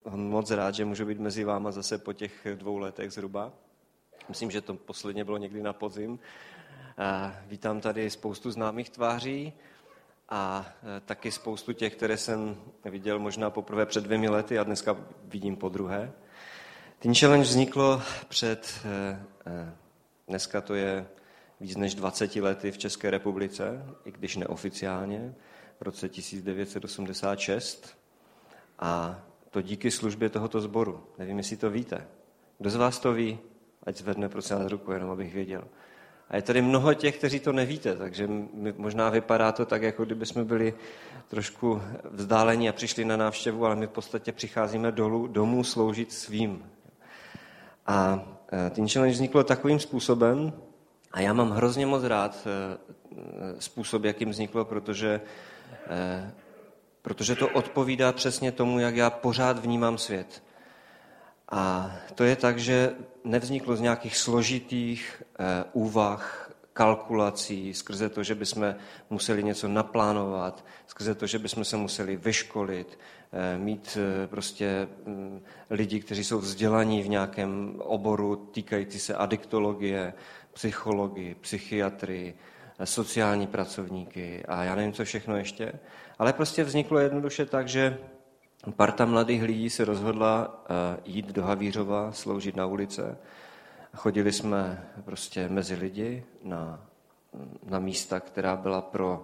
moc rád, že můžu být mezi váma zase po těch 2 letech zhruba. Myslím, že to posledně bylo někdy na podzim. Vítám tady spoustu známých tváří a taky spoustu těch, které jsem viděl možná poprvé před 2 lety a dneska vidím podruhé. Teen Challenge vzniklo dneska to je víc než 20 lety v České republice, i když neoficiálně, v roce 1986. A to díky službě tohoto sboru. Nevím, jestli to víte. Kdo z vás to ví? Ať zvedne prosím vás ruku, jenom abych věděl. A je tady mnoho těch, kteří to nevíte, takže možná vypadá to tak, jako kdyby jsme byli trošku vzdálení a přišli na návštěvu, ale my v podstatě přicházíme domů sloužit svým. A Teen Challenge vzniklo takovým způsobem, a já mám hrozně moc rád způsob, jakým vzniklo, protože to odpovídá přesně tomu, jak já pořád vnímám svět. A to je tak, že nevzniklo z nějakých složitých úvah, kalkulací, skrze to, že bychom museli něco naplánovat, skrze to, že bychom se museli vyškolit, mít prostě lidi, kteří jsou vzdělaní v nějakém oboru týkající se adiktologie, psychologii, psychiatrii, sociální pracovníky a já nevím, co všechno ještě. Ale prostě vzniklo jednoduše tak, že parta mladých lidí se rozhodla jít do Havířova, sloužit na ulice. Chodili jsme prostě mezi lidi na místa, která byla pro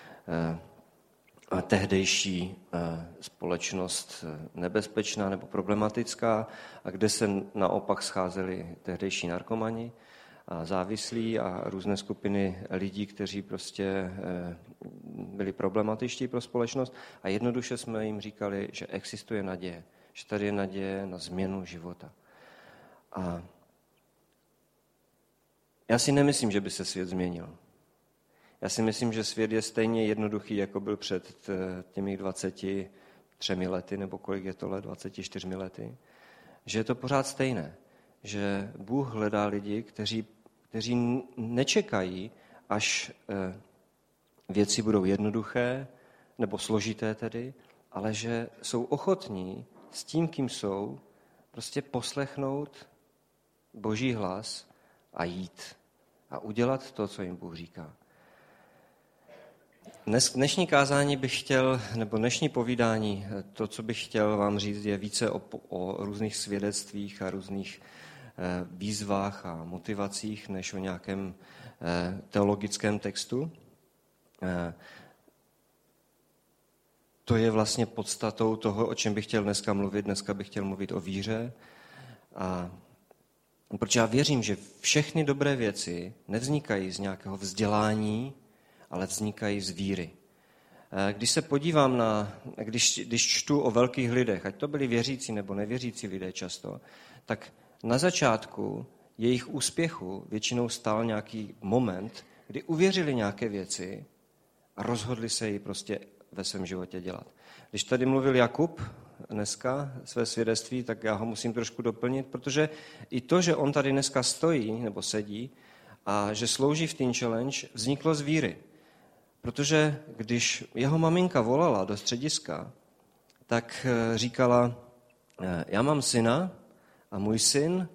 tehdejší společnost nebezpečná nebo problematická a kde se naopak scházeli tehdejší narkomani a závislí a různé skupiny lidí, kteří prostě byli problematičtí pro společnost a jednoduše jsme jim říkali, že existuje naděje, že tady je naděje na změnu života. A já si nemyslím, že by se svět změnil. Já si myslím, že svět je stejně jednoduchý, jako byl před těmi 23 lety, nebo kolik je to let, 24 lety, že je to pořád stejné. Že Bůh hledá lidi, kteří nečekají, až věci budou jednoduché, nebo složité tedy, ale že jsou ochotní s tím, kým jsou, prostě poslechnout Boží hlas a jít. A udělat to, co jim Bůh říká. Dnešní kázání bych chtěl, nebo dnešní povídání, to, co bych chtěl vám říct, je více o různých svědectvích a různých výzvách a motivacích, než o nějakém teologickém textu. To je vlastně podstatou toho, o čem bych chtěl dneska mluvit. Dneska bych chtěl mluvit o víře. Protože já věřím, že všechny dobré věci nevznikají z nějakého vzdělání, ale vznikají z víry. Když se podívám když čtu o velkých lidech, ať to byli věřící nebo nevěřící lidé často, tak na začátku jejich úspěchu většinou stál nějaký moment, kdy uvěřili nějaké věci a rozhodli se ji prostě ve svém životě dělat. Když tady mluvil Jakub dneska své svědectví, tak já ho musím trošku doplnit, protože i to, že on tady dneska stojí nebo sedí a že slouží v Teen Challenge, vzniklo z víry. Protože když jeho maminka volala do střediska, tak říkala, já mám syna a můj syn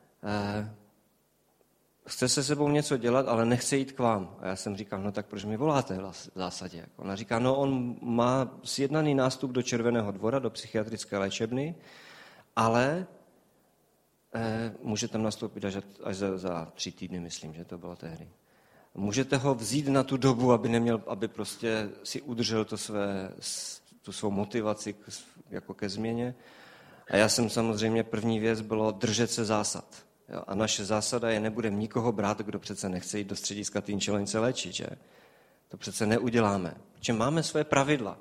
chce se sebou něco dělat, ale nechce jít k vám. A já jsem říkal, no tak proč mi voláte v zásadě? Ona říká, no on má sjednaný nástup do Červeného Dvora, do psychiatrické léčebny, ale může tam nastoupit až za 3 týdny, myslím, že to bylo tehdy. Můžete ho vzít na tu dobu, aby prostě si udržel tu svou motivaci jako ke změně. A já jsem samozřejmě, první věc bylo držet se zásad. Jo? A naše zásada je, nebudeme nikoho brát, kdo přece nechce jít do střediska Teen Challenge se léčit, že? To přece neuděláme, protože máme své pravidla.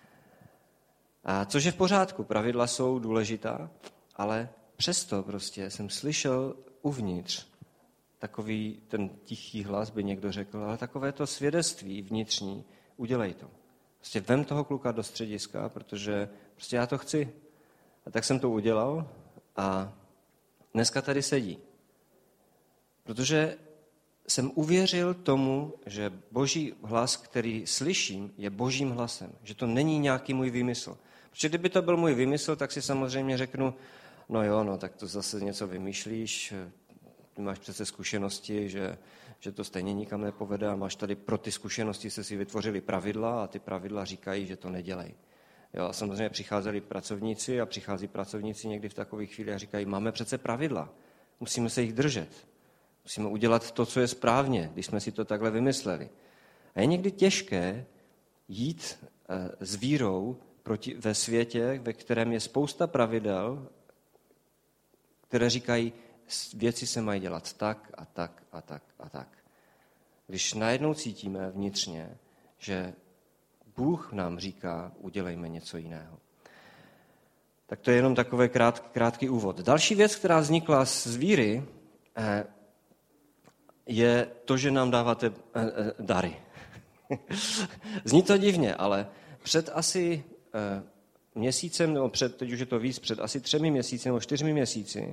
A což je v pořádku, pravidla jsou důležitá, ale přesto prostě jsem slyšel uvnitř takový ten tichý hlas, by někdo řekl, ale takové to svědectví vnitřní, udělej to. Prostě vem toho kluka do střediska, protože prostě já to chci. A tak jsem to udělal a dneska tady sedí. Protože jsem uvěřil tomu, že Boží hlas, který slyším, je Božím hlasem. Že to není nějaký můj výmysl. Protože kdyby to byl můj vymysl, tak si samozřejmě řeknu, no jo, no tak to zase něco vymýšlíš, ty máš přece zkušenosti, že to stejně nikam nepovede a máš tady pro ty zkušenosti se si vytvořili pravidla a ty pravidla říkají, že to nedělej. Jo, a samozřejmě přichází pracovníci někdy v takových chvílích a říkají, máme přece pravidla, musíme se jich držet, musíme udělat to, co je správně, když jsme si to takhle vymysleli. A je někdy těžké jít s vírou ve světě, ve kterém je spousta pravidel, které říkají, věci se mají dělat tak a tak a tak a tak. Když najednou cítíme vnitřně, že Bůh nám říká, udělejme něco jiného. Tak to je jenom takový krátký úvod. Další věc, která vznikla z víry, je to, že nám dáváte dary. Zní to divně, ale před asi měsícem, nebo teď už je to víc, před asi 3 měsíci nebo 4 měsíci,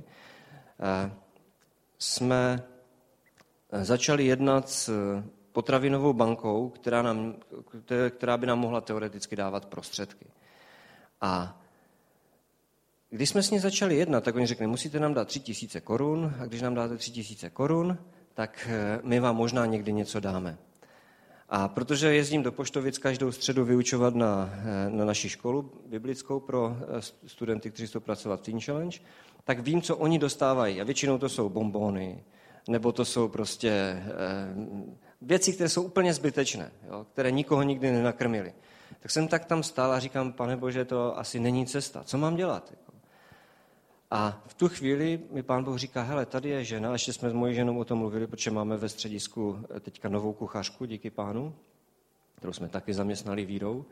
jsme začali jednat s potravinovou bankou, která by nám mohla teoreticky dávat prostředky. A když jsme s ní začali jednat, tak oni řekli, musíte nám dát 3 000 korun a když nám dáte 3 000 korun, tak my vám možná někdy něco dáme. A protože jezdím do Poštovic každou středu vyučovat na naši školu biblickou pro studenty, kteří jsou pracovat v Teen Challenge, tak vím, co oni dostávají. A většinou to jsou bonbony, nebo to jsou prostě věci, které jsou úplně zbytečné, jo, které nikoho nikdy nenakrmily. Tak jsem tak tam stál a říkám, Pane Bože, to asi není cesta. Co mám dělat? A v tu chvíli mi Pán Bůh říká, hele, tady je žena, ještě jsme s mojí ženou o tom mluvili, protože máme ve středisku teďka novou kuchařku, díky Pánu, kterou jsme taky zaměstnali vírou,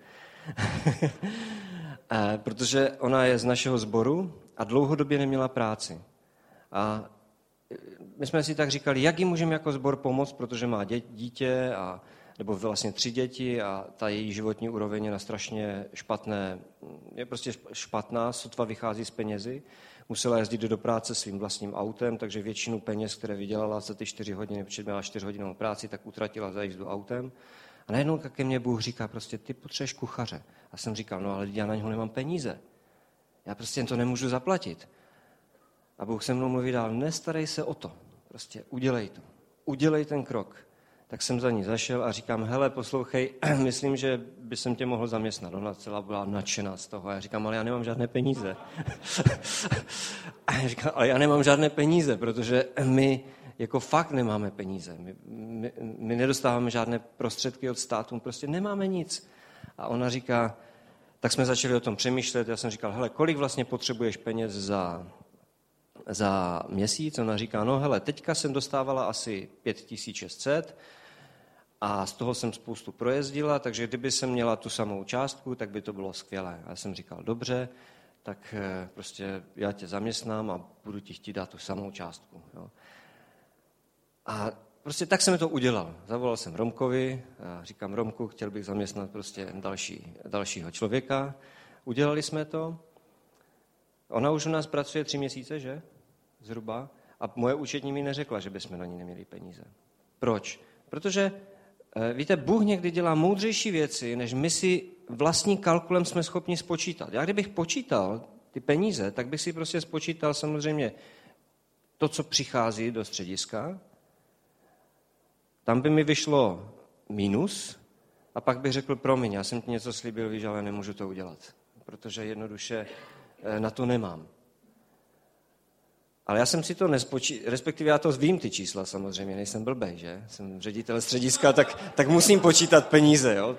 protože ona je z našeho sboru a dlouhodobě neměla práci. A my jsme si tak říkali, jak jí můžeme jako sbor pomoct, protože má dítě, nebo vlastně 3 děti a ta její životní úroveň je na strašně špatné, je prostě špatná, sotva vychází z penězi. Musela jezdit do práce svým vlastním autem, takže většinu peněz, které vydělala za ty 4 hodiny, protože měla 4hodinovou práci, tak utratila za jízdu autem. A najednou ke mně Bůh říká, prostě ty potřebuješ kuchaře. A jsem říkal, no ale já na něho nemám peníze. Já prostě to nemůžu zaplatit. A Bůh se mnou mluví dál, nestarej se o to, prostě udělej to, udělej ten krok. Tak jsem za ní zašel a říkám, hele, poslouchej, myslím, že by jsem tě mohl zaměstnat. Ona celá byla nadšená z toho. A já říkám, ale já nemám žádné peníze. A já říkám, ale já nemám žádné peníze, protože my jako fakt nemáme peníze. My nedostáváme žádné prostředky od státu, prostě nemáme nic. A ona říká, tak jsme začali o tom přemýšlet. Já jsem říkal, hele, kolik vlastně potřebuješ peněz za měsíc? Ona říká, no hele, teďka jsem dostávala asi 5600 a z toho jsem spoustu projezdila, takže kdyby jsem měla tu samou částku, tak by to bylo skvělé. A já jsem říkal, dobře, tak prostě já tě zaměstnám a budu ti chtít dát tu samou částku. Jo. A prostě tak jsem to udělal. Zavolal jsem Romkovi a říkám, Romku, chtěl bych zaměstnat prostě dalšího člověka. Udělali jsme to. Ona už u nás pracuje 3 měsíce, že? Zhruba. A moje účetní mi neřekla, že bychom na ní neměli peníze. Proč? Protože, víte, Bůh někdy dělá moudřejší věci, než my si vlastní kalkulem jsme schopni spočítat. Já kdybych počítal ty peníze, tak bych si prostě spočítal samozřejmě to, co přichází do střediska. Tam by mi vyšlo minus a pak bych řekl, promiň, já jsem ti něco slíbil, víš, ale nemůžu to udělat, protože jednoduše na to nemám. Ale já jsem si to respektive já to vím ty čísla samozřejmě, nejsem blbej, že? Jsem ředitel střediska, tak musím počítat peníze, jo?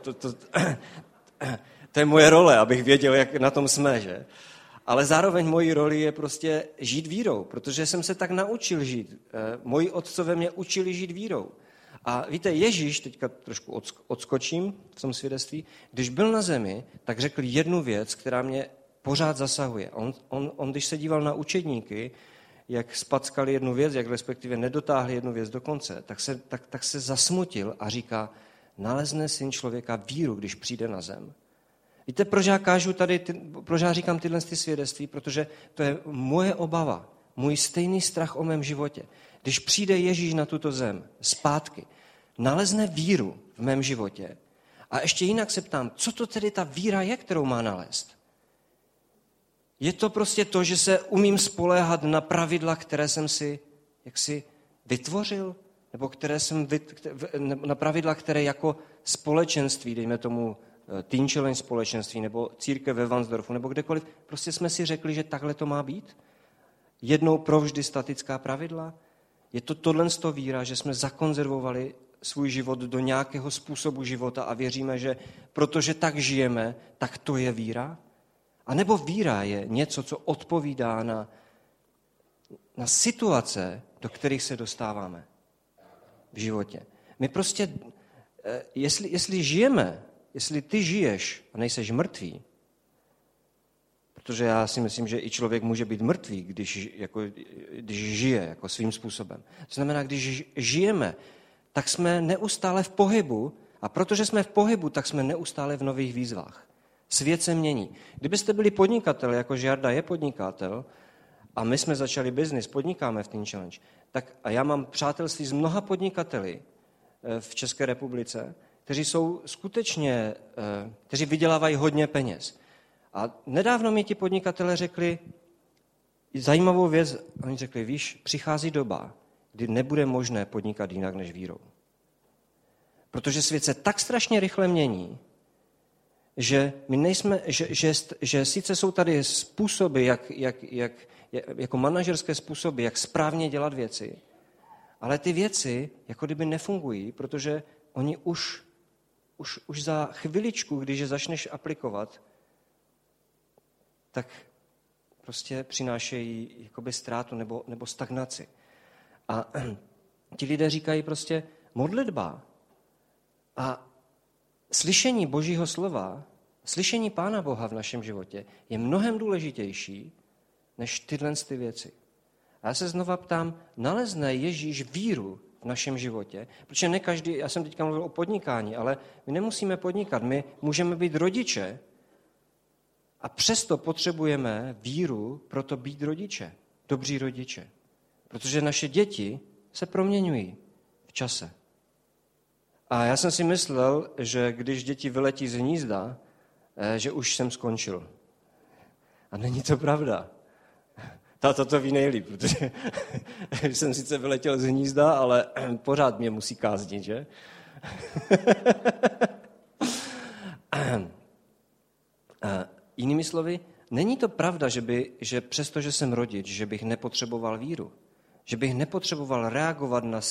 To je moje role, abych věděl, jak na tom jsme, že? Ale zároveň mojí roli je prostě žít vírou, protože jsem se tak naučil žít. Moji otcové mě učili žít vírou. A víte, Ježíš, teďka trošku odskočím v tom svědectví, když byl na zemi, tak řekl jednu věc, která mě pořád zasahuje. On když se díval na učedníky, jak spackali jednu věc, jak respektive nedotáhli jednu věc do konce, tak se zasmutil a říká, nalezne syn člověka víru, když přijde na zem. Víte, proč já říkám tyhle svědectví? Protože to je moje obava, můj stejný strach o mém životě. Když přijde Ježíš na tuto zem zpátky, nalezne víru v mém životě. A ještě jinak se ptám, co to tedy ta víra je, kterou má nalézt? Je to prostě to, že se umím spoléhat na pravidla, které jsem si jaksi vytvořil, nebo na pravidla, které jako společenství, dejme tomu Teen Challenge společenství, nebo církev ve Vansdorfu, nebo kdekoliv, prostě jsme si řekli, že takhle to má být? Jednou provždy statická pravidla? Je to tohle víra, že jsme zakonzervovali svůj život do nějakého způsobu života a věříme, že protože tak žijeme, tak to je víra? A nebo víra je něco, co odpovídá na situace, do kterých se dostáváme v životě. My prostě, jestli žijeme, jestli ty žiješ a nejseš mrtvý, protože já si myslím, že i člověk může být mrtvý, když žije jako svým způsobem. To znamená, když žijeme, tak jsme neustále v pohybu a protože jsme v pohybu, tak jsme neustále v nových výzvách. Svět se mění. Kdybyste byli podnikatel, jako Žarda je podnikatel, a my jsme začali biznis, podnikáme v Teen Challenge, tak a já mám přátelství s mnoha podnikateli v České republice, kteří jsou skutečně, kteří vydělávají hodně peněz. A nedávno mi ti podnikatelé řekli zajímavou věc, oni řekli, víš, přichází doba, kdy nebude možné podnikat jinak než vírou. Protože svět se tak strašně rychle mění, že my nejsme, že sice jsou tady způsoby, jako manažerské způsoby, jak správně dělat věci, ale ty věci jako kdyby nefungují, protože oni už za chviličku, když je začneš aplikovat, tak prostě přinášejí jakoby ztrátu nebo stagnaci. A ti lidé říkají prostě modlitba a slyšení Božího slova, slyšení Pána Boha v našem životě je mnohem důležitější než tyhle věci. A já se znova ptám, nalezne Ježíš víru v našem životě? Protože ne každý, já jsem teďka mluvil o podnikání, ale my nemusíme podnikat, my můžeme být rodiče a přesto potřebujeme víru pro to být rodiče, dobří rodiče. Protože naše děti se proměňují v čase. A já jsem si myslel, že když děti vyletí z hnízda, že už jsem skončil. A není to pravda. Táta to ví nejlíp, protože jsem sice vyletěl z hnízda, ale pořád mě musí káznit, že? Jinými slovy, není to pravda, že přesto, že jsem rodič, že bych nepotřeboval víru. Že bych nepotřeboval reagovat na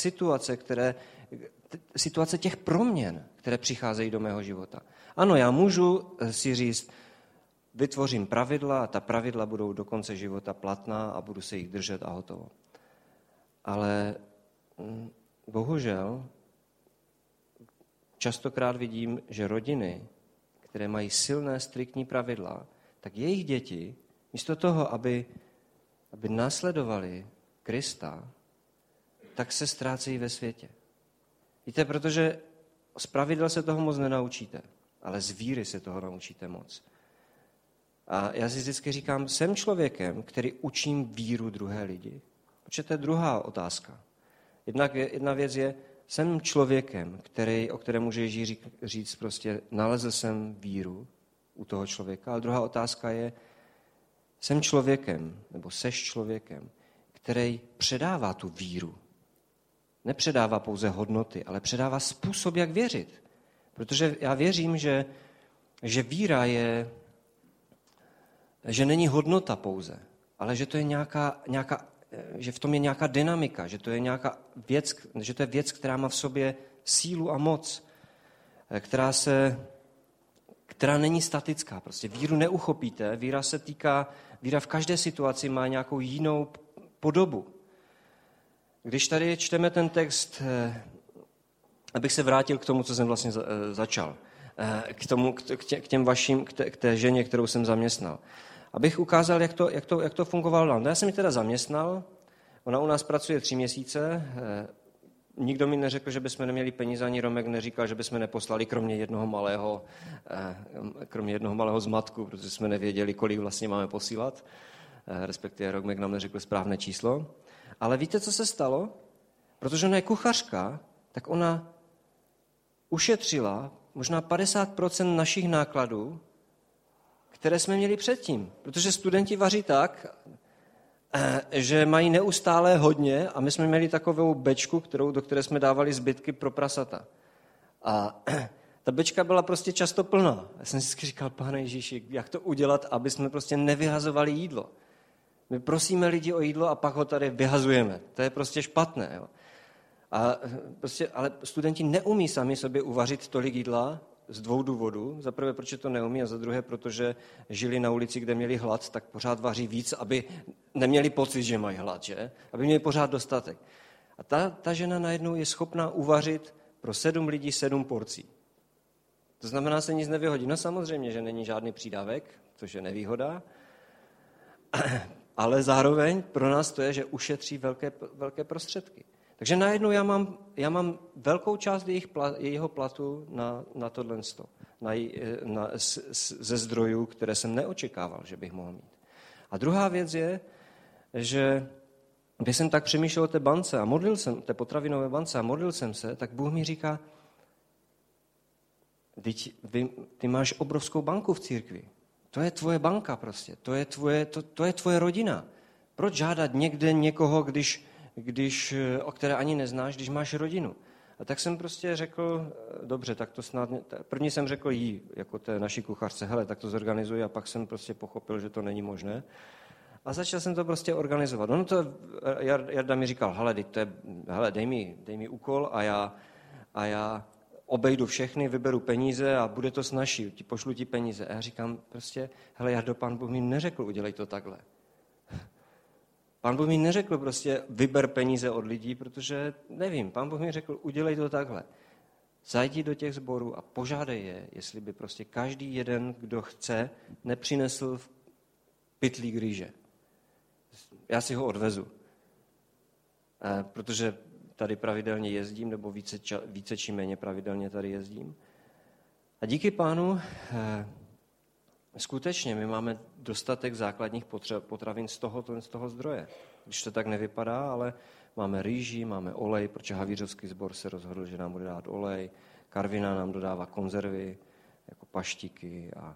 situace těch proměn, které přicházejí do mého života. Ano, já můžu si říct, vytvořím pravidla a ta pravidla budou do konce života platná a budu se jich držet a hotovo. Ale bohužel častokrát vidím, že rodiny, které mají silné, striktní pravidla, tak jejich děti, místo toho, aby následovali Krista, tak se ztrácejí ve světě. Víte, protože z pravidel se toho moc nenaučíte, ale z víry se toho naučíte moc. A já si vždycky říkám, jsem člověkem, který učím víru druhé lidi. Protože to je druhá otázka. Jedna věc je, jsem člověkem, o kterém může Ježíš říct prostě, nalezl jsem víru u toho člověka. Ale druhá otázka je, jsem člověkem, nebo seš člověkem, který předává tu víru. Nepředává pouze hodnoty, ale předává způsob, jak věřit. Protože já věřím, že víra je, že není hodnota pouze, ale že to je že v tom je nějaká dynamika, že to je nějaká věc, že to je věc, která má v sobě sílu a moc, která není statická. Prostě víru neuchopíte, víra v každé situaci má nějakou jinou podobu. Když tady čteme ten text, abych se vrátil k tomu, co jsem vlastně začal, k té ženě, kterou jsem zaměstnal. Abych ukázal, jak to fungovalo dál. Já jsem ji teda zaměstnal, ona u nás pracuje 3 měsíce, nikdo mi neřekl, že bychom neměli peníze, ani Romek neříkal, že bychom neposlali kromě jednoho malého zmatku, protože jsme nevěděli, kolik vlastně máme posílat, respektive Romek nám neřekl správné číslo. Ale víte, co se stalo? Protože ona je kuchařka, tak ona ušetřila možná 50% našich nákladů, které jsme měli předtím. Protože studenti vaří tak, že mají neustále hodně a my jsme měli takovou bečku, do které jsme dávali zbytky pro prasata. A ta bečka byla prostě často plná. Já jsem si říkal, Pane Ježíši, jak to udělat, aby jsme prostě nevyhazovali jídlo. My prosíme lidi o jídlo a pak ho tady vyhazujeme. To je prostě špatné. Jo? Ale studenti neumí sami sobě uvařit tolik jídla z 2 důvodů. Za prvé, proč to neumí, a za druhé, protože žili na ulici, kde měli hlad, tak pořád vaří víc, aby neměli pocit, že mají hlad, že? Aby měli pořád dostatek. A ta žena najednou je schopná uvařit pro 7 lidí 7 porcí. To znamená, se nic nevyhodí. No samozřejmě, že není žádný přídavek, což je nevýhoda, ale zároveň pro nás to je, že ušetří velké prostředky. Takže najednou já mám velkou část jejího platu na tohle, ze zdrojů, které jsem neočekával, že bych mohl mít. A druhá věc je, že když jsem tak přemýšlel o té bance a té potravinové bance a modlil jsem se, tak Bůh mi říká, ty máš obrovskou banku v církvi. To je tvoje banka prostě, to je tvoje rodina. Proč žádat někde někoho, o které ani neznáš, když máš rodinu? A tak jsem prostě řekl, dobře, tak to snad... První jsem řekl jí, jako té naší kuchařce, hele, tak to zorganizuji, a pak jsem prostě pochopil, že to není možné. A začal jsem to prostě organizovat. No to Jarda mi říkal, hele, dej mi úkol a já obejdu všechny, vyberu peníze a bude to snazší, pošlu ti peníze. A já říkám prostě, hele, Jardo, Pán Bůh mi neřekl, udělej to takhle. Pán Bůh mi neřekl prostě, vyber peníze od lidí, protože nevím, Pán Bůh mi řekl, udělej to takhle. Zajdi do těch sborů a požádej je, jestli by prostě každý jeden, kdo chce, nepřinesl pytlík rýže. Já si ho odvezu, protože tady pravidelně jezdím, nebo více či méně pravidelně tady jezdím. A díky Pánu skutečně my máme dostatek základních potravin z toho zdroje. Když to tak nevypadá, ale máme rýži, máme olej, protože Havířovský sbor se rozhodl, že nám bude dát olej, Karviná nám dodává konzervy, jako paštiky a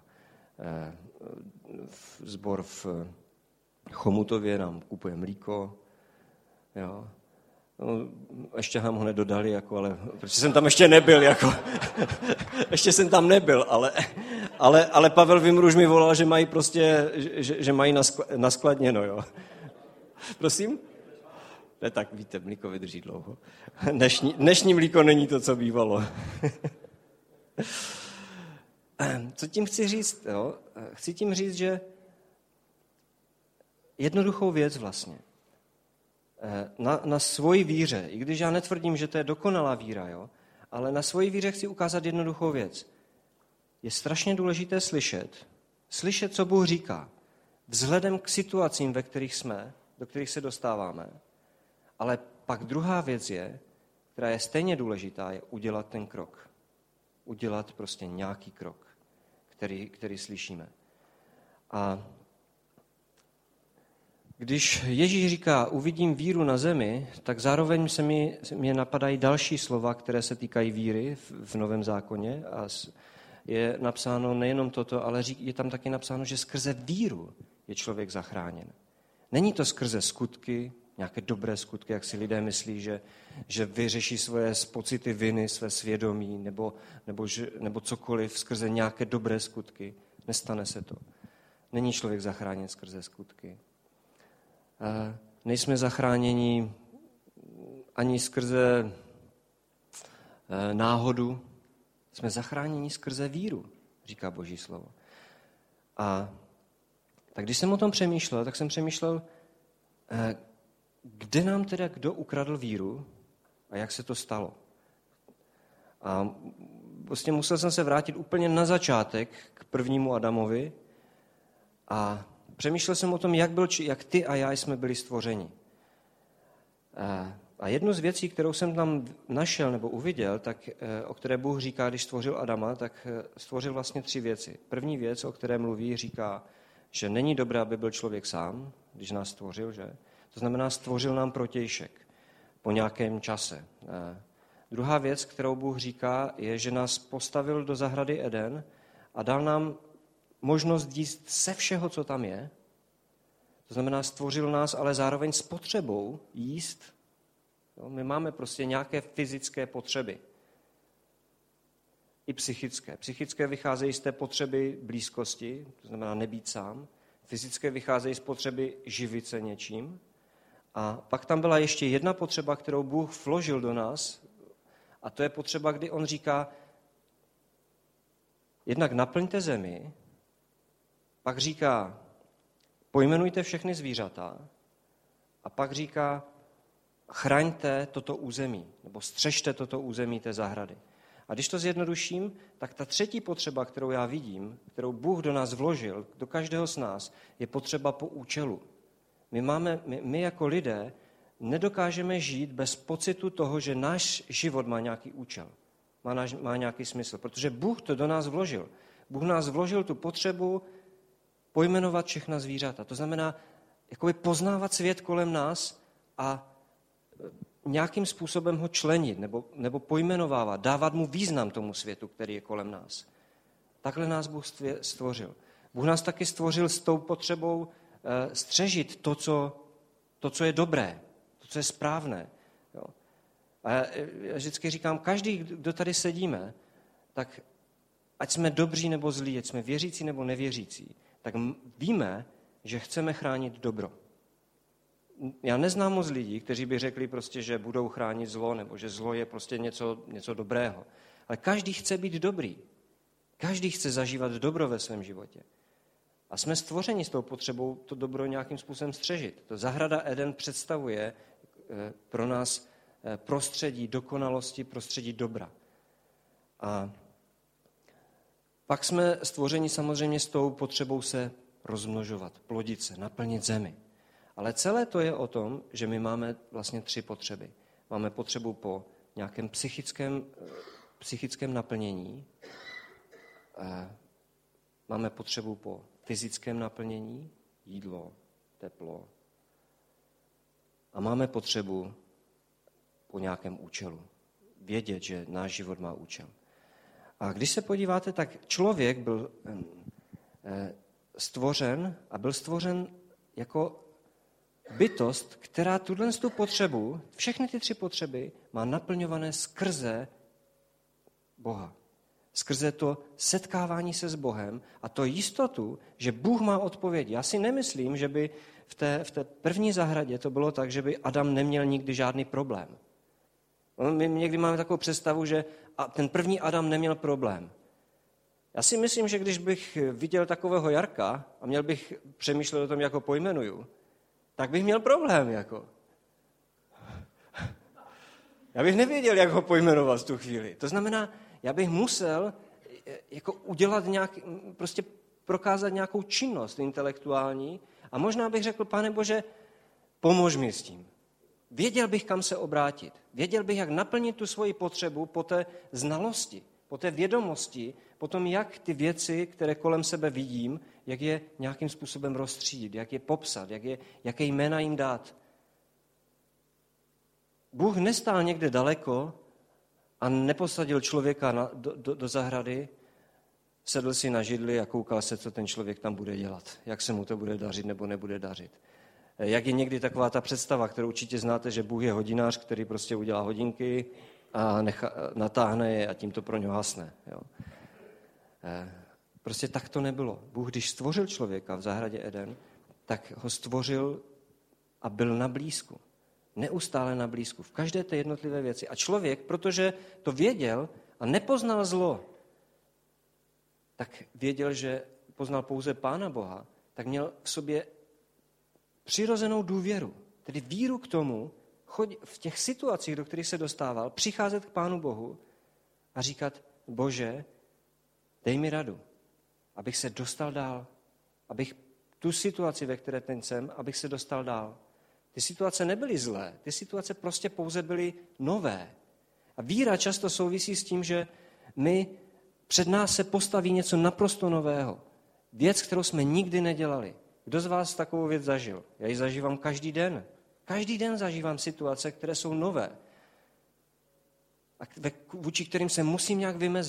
sbor v Chomutově nám kupuje mlíko. Jo. No, ještě nám ho nedodali, ale protože jsem tam ještě nebyl, ještě jsem tam nebyl, ale Pavel Vimruž mi volal, že mají prostě, že mají naskladněno, jo. Prosím? Ne, tak víte, mlíko vydrží dlouho. Dnešní mlíko není to, co bývalo. Co tím chci říct? Jo? Chci tím říct, že jednoduchou věc vlastně. Na svoji víře, i když já netvrdím, že to je dokonalá víra, jo? Ale na svoji víře chci ukázat jednoduchou věc. Je strašně důležité slyšet, co Bůh říká, vzhledem k situacím, ve kterých jsme, do kterých se dostáváme. Ale pak druhá věc je, která je stejně důležitá, je udělat ten krok. Udělat prostě nějaký krok, který slyšíme. A když Ježíš říká, uvidím víru na zemi, tak zároveň mě napadají další slova, které se týkají víry v Novém zákoně. A je napsáno nejenom toto, ale je tam taky napsáno, že skrze víru je člověk zachráněn. Není to skrze skutky, nějaké dobré skutky, jak si lidé myslí, že vyřeší svoje pocity viny, své svědomí nebo cokoliv skrze nějaké dobré skutky. Nestane se to. Není člověk zachráněn skrze skutky. Nejsme zachráněni ani skrze náhodu. Jsme zachráněni skrze víru, říká Boží slovo. A tak když jsem o tom přemýšlel, tak jsem přemýšlel, kde nám teda kdo ukradl víru a jak se to stalo. A prostě musel jsem se vrátit úplně na začátek k prvnímu Adamovi a přemýšlel jsem o tom, jak ty a já jsme byli stvořeni. A jednu z věcí, kterou jsem tam našel nebo uviděl, tak, o které Bůh říká, když stvořil Adama, tak stvořil vlastně 3 věci. První věc, o které mluví, říká, že není dobré, aby byl člověk sám, když nás stvořil, že? To znamená, stvořil nám protějšek po nějakém čase. Druhá věc, kterou Bůh říká, je, že nás postavil do zahrady Eden a dal nám možnost jíst se všeho, co tam je. To znamená, stvořil nás ale zároveň s potřebou jíst. Jo, my máme prostě nějaké fyzické potřeby. I psychické. Psychické vycházejí z té potřeby blízkosti, to znamená nebýt sám. Fyzické vycházejí z potřeby živit se něčím. A pak tam byla ještě jedna potřeba, kterou Bůh vložil do nás, a to je potřeba, kdy on říká, jednak naplňte zemi, pak říká, pojmenujte všechny zvířata, a pak říká, chraňte toto území, nebo střežte toto území té zahrady. A když to zjednoduším, tak ta třetí potřeba, kterou já vidím, kterou Bůh do nás vložil, do každého z nás, je potřeba po účelu. My jako lidé nedokážeme žít bez pocitu toho, že náš život má nějaký účel, má nějaký smysl, protože Bůh to do nás vložil. Bůh nás vložil tu potřebu pojmenovat všechna zvířata. To znamená, jakoby poznávat svět kolem nás a nějakým způsobem ho členit nebo pojmenovávat, dávat mu význam tomu světu, který je kolem nás. Takhle nás Bůh stvořil. Bůh nás taky stvořil s tou potřebou střežit to, co je dobré, to, co je správné. Jo. A já vždycky říkám, každý, kdo tady sedíme, tak ať jsme dobří nebo zlí, ať jsme věřící nebo nevěřící, tak víme, že chceme chránit dobro. Já neznám moc lidí, kteří by řekli prostě, že budou chránit zlo, nebo že zlo je prostě něco dobrého. Ale každý chce být dobrý. Každý chce zažívat dobro ve svém životě. A jsme stvořeni s tou potřebou to dobro nějakým způsobem střežit. To zahrada Eden představuje pro nás prostředí dokonalosti, prostředí dobra. A pak jsme stvořeni samozřejmě s tou potřebou se rozmnožovat, plodit se, naplnit zemi. Ale celé to je o tom, že my máme vlastně 3 potřeby. Máme potřebu po nějakém psychickém naplnění, máme potřebu po fyzickém naplnění, jídlo, teplo, a máme potřebu po nějakém účelu. Vědět, že náš život má účel. A když se podíváte, tak člověk byl stvořen a byl stvořen jako bytost, která tu potřebu, všechny ty 3 potřeby, má naplňované skrze Boha. Skrze to setkávání se s Bohem a to jistotu, že Bůh má odpověď. Já si nemyslím, že by v té první zahradě to bylo tak, že by Adam neměl nikdy žádný problém. My někdy máme takovou představu, že ten první Adam neměl problém. Já si myslím, že když bych viděl takového Jarka a měl bych přemýšlet o tom, jak ho pojmenuju, tak bych měl problém. Já bych nevěděl, jak ho pojmenovat v tu chvíli. To znamená, já bych musel udělat prostě prokázat nějakou činnost intelektuální a možná bych řekl, Pane Bože, pomož mi s tím. Věděl bych, kam se obrátit. Věděl bych, jak naplnit tu svoji potřebu po té znalosti, po té vědomosti, po tom, jak ty věci, které kolem sebe vidím, jak je nějakým způsobem rozstřídit, jak je popsat, jaké jména jim dát. Bůh nestál někde daleko a neposadil člověka do zahrady, sedl si na židli a koukal se, co ten člověk tam bude dělat, jak se mu to bude dařit nebo nebude dařit. Jak je někdy taková ta představa, kterou určitě znáte, že Bůh je hodinář, který prostě udělá hodinky a natáhne je a tím to pro něho hasne. Jo. Prostě tak to nebylo. Bůh, když stvořil člověka v zahradě Eden, tak ho stvořil a byl na blízku. Neustále na blízku. V každé té jednotlivé věci. A člověk, protože to věděl a nepoznal zlo, tak věděl, že poznal pouze Pána Boha, tak měl v sobě přirozenou důvěru. Tedy víru k tomu, v těch situacích, do kterých se dostával, přicházet k Pánu Bohu a říkat, Bože, dej mi radu, abych se dostal dál, abych tu situaci, ve které teď jsem, abych se dostal dál. Ty situace nebyly zlé, ty situace prostě pouze byly nové. A víra často souvisí s tím, že před nás se postaví něco naprosto nového. Věc, kterou jsme nikdy nedělali. Kdo z vás takovou věc zažil? Já ji zažívám každý den. Každý den zažívám situace, které jsou nové. A vůči kterým se musím nějak vymezit.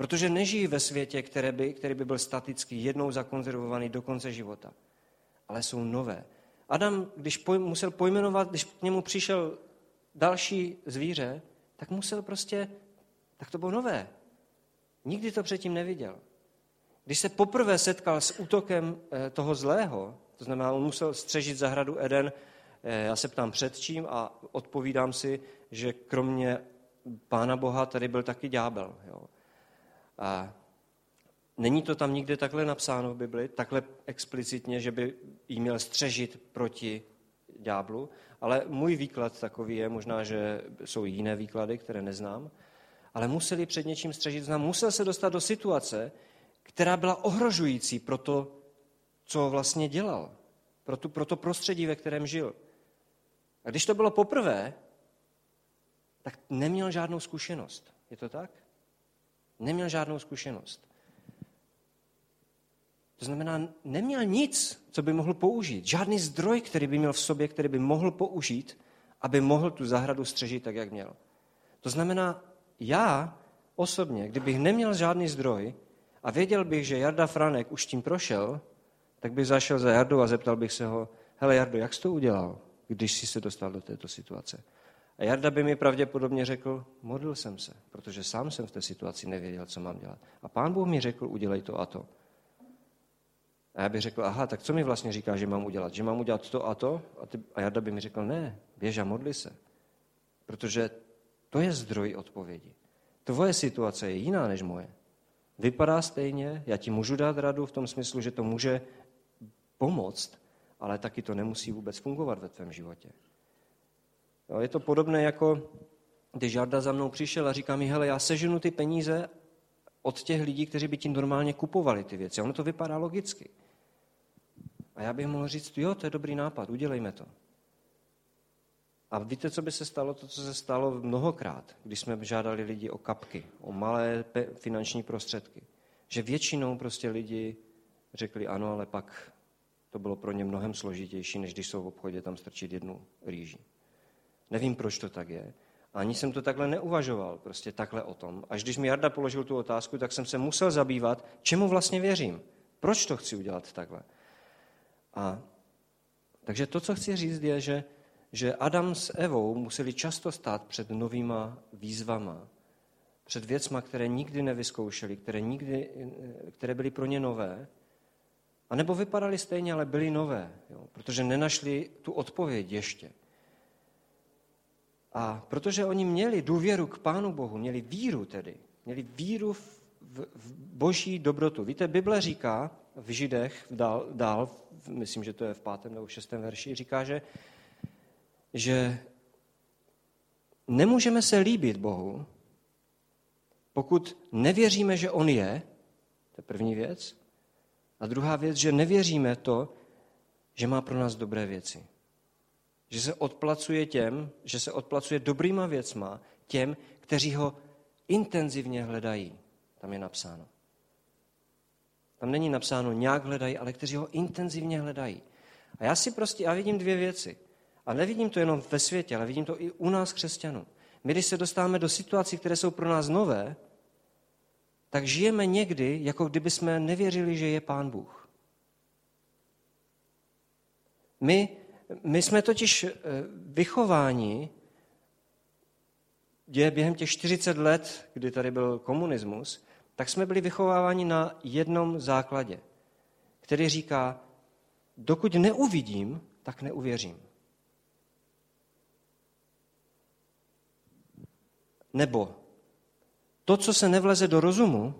Protože nežijí ve světě, který by byl statický, jednou zakonzervovaný do konce života. Ale jsou nové. Adam, když musel pojmenovat, když k němu přišel další zvíře, tak to bylo nové. Nikdy to předtím neviděl. Když se poprvé setkal s útokem toho zlého, to znamená, on musel střežit zahradu Eden, já se ptám před čím a odpovídám si, že kromě Pána Boha tady byl taky ďábel. Jo. A není to tam nikde takhle napsáno v Bibli, takhle explicitně, že by jí měl střežit proti ďáblu, ale můj výklad takový je, možná, že jsou jiné výklady, které neznám, ale museli před něčím střežit. Musel se dostat do situace, která byla ohrožující pro to, co vlastně dělal, pro to prostředí, ve kterém žil. A když to bylo poprvé, tak neměl žádnou zkušenost. Je to tak? Neměl žádnou zkušenost. To znamená, neměl nic, co by mohl použít. Žádný zdroj, který by měl v sobě, který by mohl použít, aby mohl tu zahradu střežit tak, jak měl. To znamená, já osobně, kdybych neměl žádný zdroj a věděl bych, že Jarda Franek už tím prošel, tak bych zašel za Jardou a zeptal bych se ho, hele Jardo, jak jsi to udělal, když jsi se dostal do této situace? A Jarda by mi pravděpodobně řekl, modlil jsem se, protože sám jsem v té situaci nevěděl, co mám dělat. A Pán Bůh mi řekl, udělej to a to. A já bych řekl, aha, tak co mi vlastně říká, že mám udělat? Že mám udělat to a to? A Jarda by mi řekl, ne, běž a modli se. Protože to je zdroj odpovědi. Tvoje situace je jiná než moje. Vypadá stejně, já ti můžu dát radu v tom smyslu, že to může pomoct, ale taky to nemusí vůbec fungovat ve tvém životě. Jo, je to podobné, jako když Jarda za mnou přišel a říká mi, hele, já seženu ty peníze od těch lidí, kteří by ti normálně kupovali ty věci. Ono to vypadá logicky. A já bych mohl říct, jo, to je dobrý nápad, udělejme to. A víte, co by se stalo? To, co se stalo mnohokrát, když jsme žádali lidi o kapky, o malé finanční prostředky. Že většinou prostě lidi řekli ano, ale pak to bylo pro ně mnohem složitější, než když jsou v obchodě tam strčit jednu rýži. Nevím, proč to tak je. Ani jsem to takhle neuvažoval, prostě takhle o tom. Až když mi Jarda položil tu otázku, tak jsem se musel zabývat, čemu vlastně věřím. Proč to chci udělat takhle? Takže to, co chci říct, je, že Adam s Evou museli často stát před novýma výzvama, před věcma, které nikdy nevyzkoušeli, které byly pro ně nové, a nebo vypadaly stejně, ale byly nové, jo, protože nenašli tu odpověď ještě. A protože oni měli důvěru k Pánu Bohu, měli víru v boží dobrotu. Víte, Bible říká v Židech, dál, myslím, že to je v 5. nebo 6. verši, říká, že nemůžeme se líbit Bohu, pokud nevěříme, že on je, to je první věc, a druhá věc, že nevěříme to, že má pro nás dobré věci. Že se odplacuje dobrýma věcma těm, kteří ho intenzivně hledají. Tam je napsáno. Tam není napsáno nějak hledají, ale kteří ho intenzivně hledají. A já vidím dvě věci. A nevidím to jenom ve světě, ale vidím to i u nás křesťanů. My, když se dostáváme do situací, které jsou pro nás nové, tak žijeme někdy, jako kdyby jsme nevěřili, že je Pán Bůh. My jsme totiž vychováni, během těch 40 let, kdy tady byl komunismus, tak jsme byli vychováváni na jednom základě, který říká, dokud neuvidím, tak neuvěřím. Nebo to, co se nevleze do rozumu,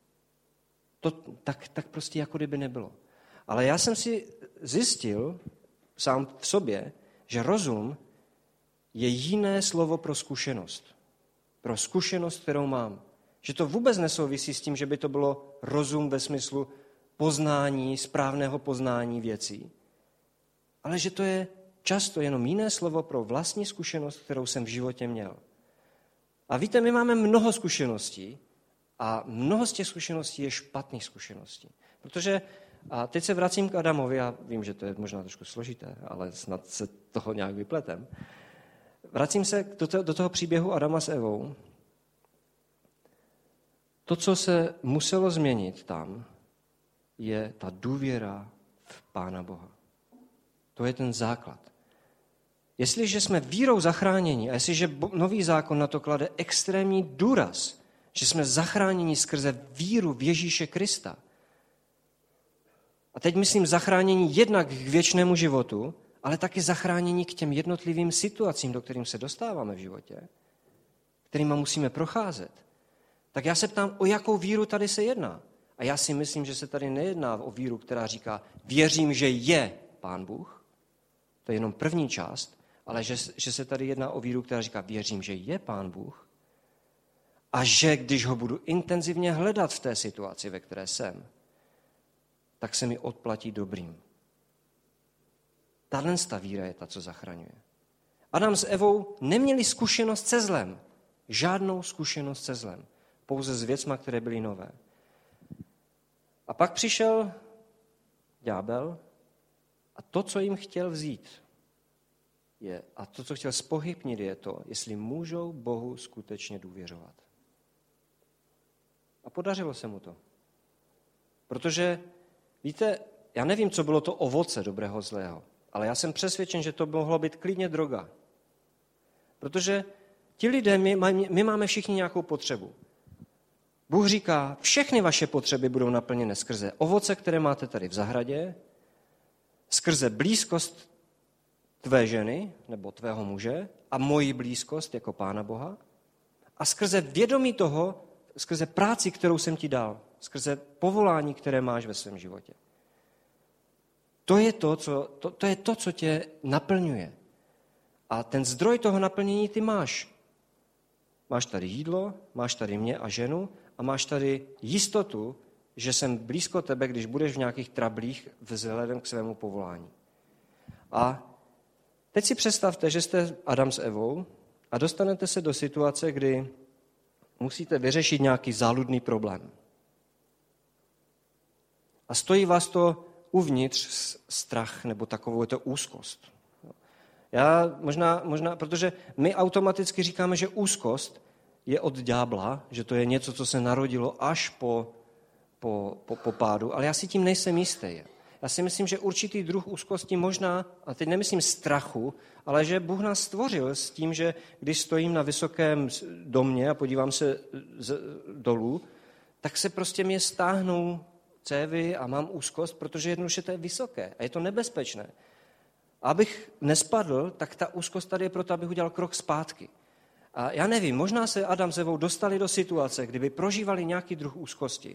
tak prostě jako kdyby nebylo. Ale já jsem si zjistil sám v sobě, že rozum je jiné slovo pro zkušenost. Pro zkušenost, kterou mám. Že to vůbec nesouvisí s tím, že by to bylo rozum ve smyslu poznání, správného poznání věcí, ale že to je často jenom jiné slovo pro vlastní zkušenost, kterou jsem v životě měl. A víte, my máme mnoho zkušeností a mnoho z těch zkušeností je špatných zkušeností. Protože, a teď se vracím k Adamovi, já vím, že to je možná trošku složité, ale snad se toho nějak vypletem. Vracím se do toho příběhu Adama s Evou. To, co se muselo změnit tam, je ta důvěra v Pána Boha. To je ten základ. Jestliže jsme vírou zachráněni a jestliže nový zákon na to klade extrémní důraz, že jsme zachráněni skrze víru v Ježíše Krista. A teď myslím zachránění jednak k věčnému životu, ale taky zachránění k těm jednotlivým situacím, do kterým se dostáváme v životě, kterýma musíme procházet. Tak já se ptám, o jakou víru tady se jedná. A já si myslím, že se tady nejedná o víru, která říká, věřím, že je Pán Bůh. To je jenom první část, ale že se tady jedná o víru, která říká, věřím, že je Pán Bůh a že když ho budu intenzivně hledat v té situaci, ve které jsem, tak se mi odplatí dobrým. Tahle víra je ta, co zachraňuje. Adam s Evou neměli zkušenost se zlem. Žádnou zkušenost se zlem. Pouze s věcma, které byly nové. A pak přišel ďábel a to, co jim chtěl vzít, a to, co chtěl zpochybnit, je to, jestli můžou Bohu skutečně důvěřovat. A podařilo se mu to. Protože, víte, já nevím, co bylo to ovoce dobrého zlého, ale já jsem přesvědčen, že to mohlo být klidně droga. Protože ti lidé, my máme všichni nějakou potřebu. Bůh říká, všechny vaše potřeby budou naplněny skrze ovoce, které máte tady v zahradě, skrze blízkost tvé ženy nebo tvého muže a moji blízkost jako Pána Boha a skrze vědomí toho, skrze práci, kterou jsem ti dal, skrze povolání, které máš ve svém životě. To je to, co tě naplňuje. A ten zdroj toho naplnění ty máš. Máš tady jídlo, máš tady mě a ženu a máš tady jistotu, že jsem blízko tebe, když budeš v nějakých trablích vzhledem k svému povolání. A teď si představte, že jste Adam s Evou a dostanete se do situace, kdy musíte vyřešit nějaký záludný problém. A stojí vás to uvnitř strach nebo takovou to úzkost. Já možná, protože my automaticky říkáme, že úzkost je od ďábla, že to je něco, co se narodilo až po pádu, ale já si tím nejsem jistý. Já si myslím, že určitý druh úzkosti možná, a teď nemyslím strachu, ale že Bůh nás stvořil s tím, že když stojím na vysokém domě a podívám se dolů, tak se prostě mě stáhnou cévy a mám úzkost, protože jednoduše to je vysoké a je to nebezpečné. A abych nespadl, tak ta úzkost tady je proto, abych udělal krok zpátky. A já nevím, možná se Adam s Evou dostali do situace, kdyby prožívali nějaký druh úzkosti.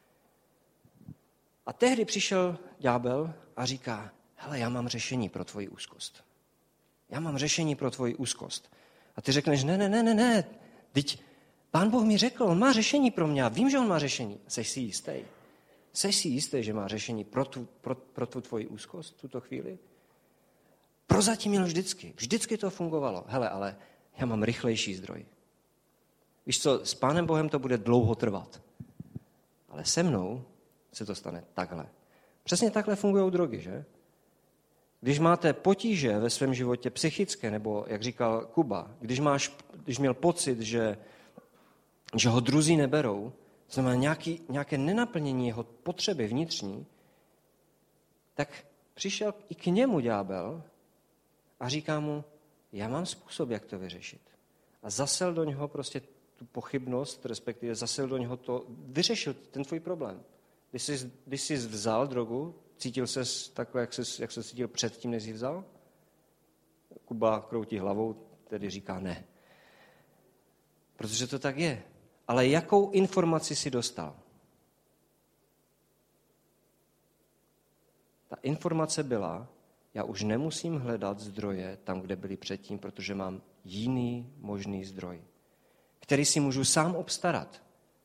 A tehdy přišel ďábel a říká, hele, já mám řešení pro tvoji úzkost. Já mám řešení pro tvoji úzkost. A ty řekneš, ne, teď Pán Bůh mi řekl, on má řešení pro mě, vím, že on má řešení. Jseš si jistý? Jseš si jistý, že má řešení pro tu tvoji úzkost v tuto chvíli? Prozatím měl vždycky to fungovalo. Hele, ale já mám rychlejší zdroj. Víš co, s Pánem Bohem to bude dlouho trvat. Ale se mnou se to stane takhle. Přesně takhle fungují drogy, že? Když máte potíže ve svém životě psychické, nebo jak říkal Kuba, když měl pocit, že ho druzí neberou, to znamená nějaké nenaplnění jeho potřeby vnitřní, tak přišel i k němu ďábel a říká mu, já mám způsob, jak to vyřešit. A zasel do něho prostě tu pochybnost, respektive zasel do něho to, vyřešil ten tvůj problém. Když jsi vzal drogu, cítil ses takhle, jak se cítil předtím, než jsi vzal? Kuba kroutí hlavou, tedy říká ne. Protože to tak je. Ale jakou informaci si dostal? Ta informace byla, já už nemusím hledat zdroje tam, kde byly předtím, protože mám jiný možný zdroj, který si můžu sám obstarat,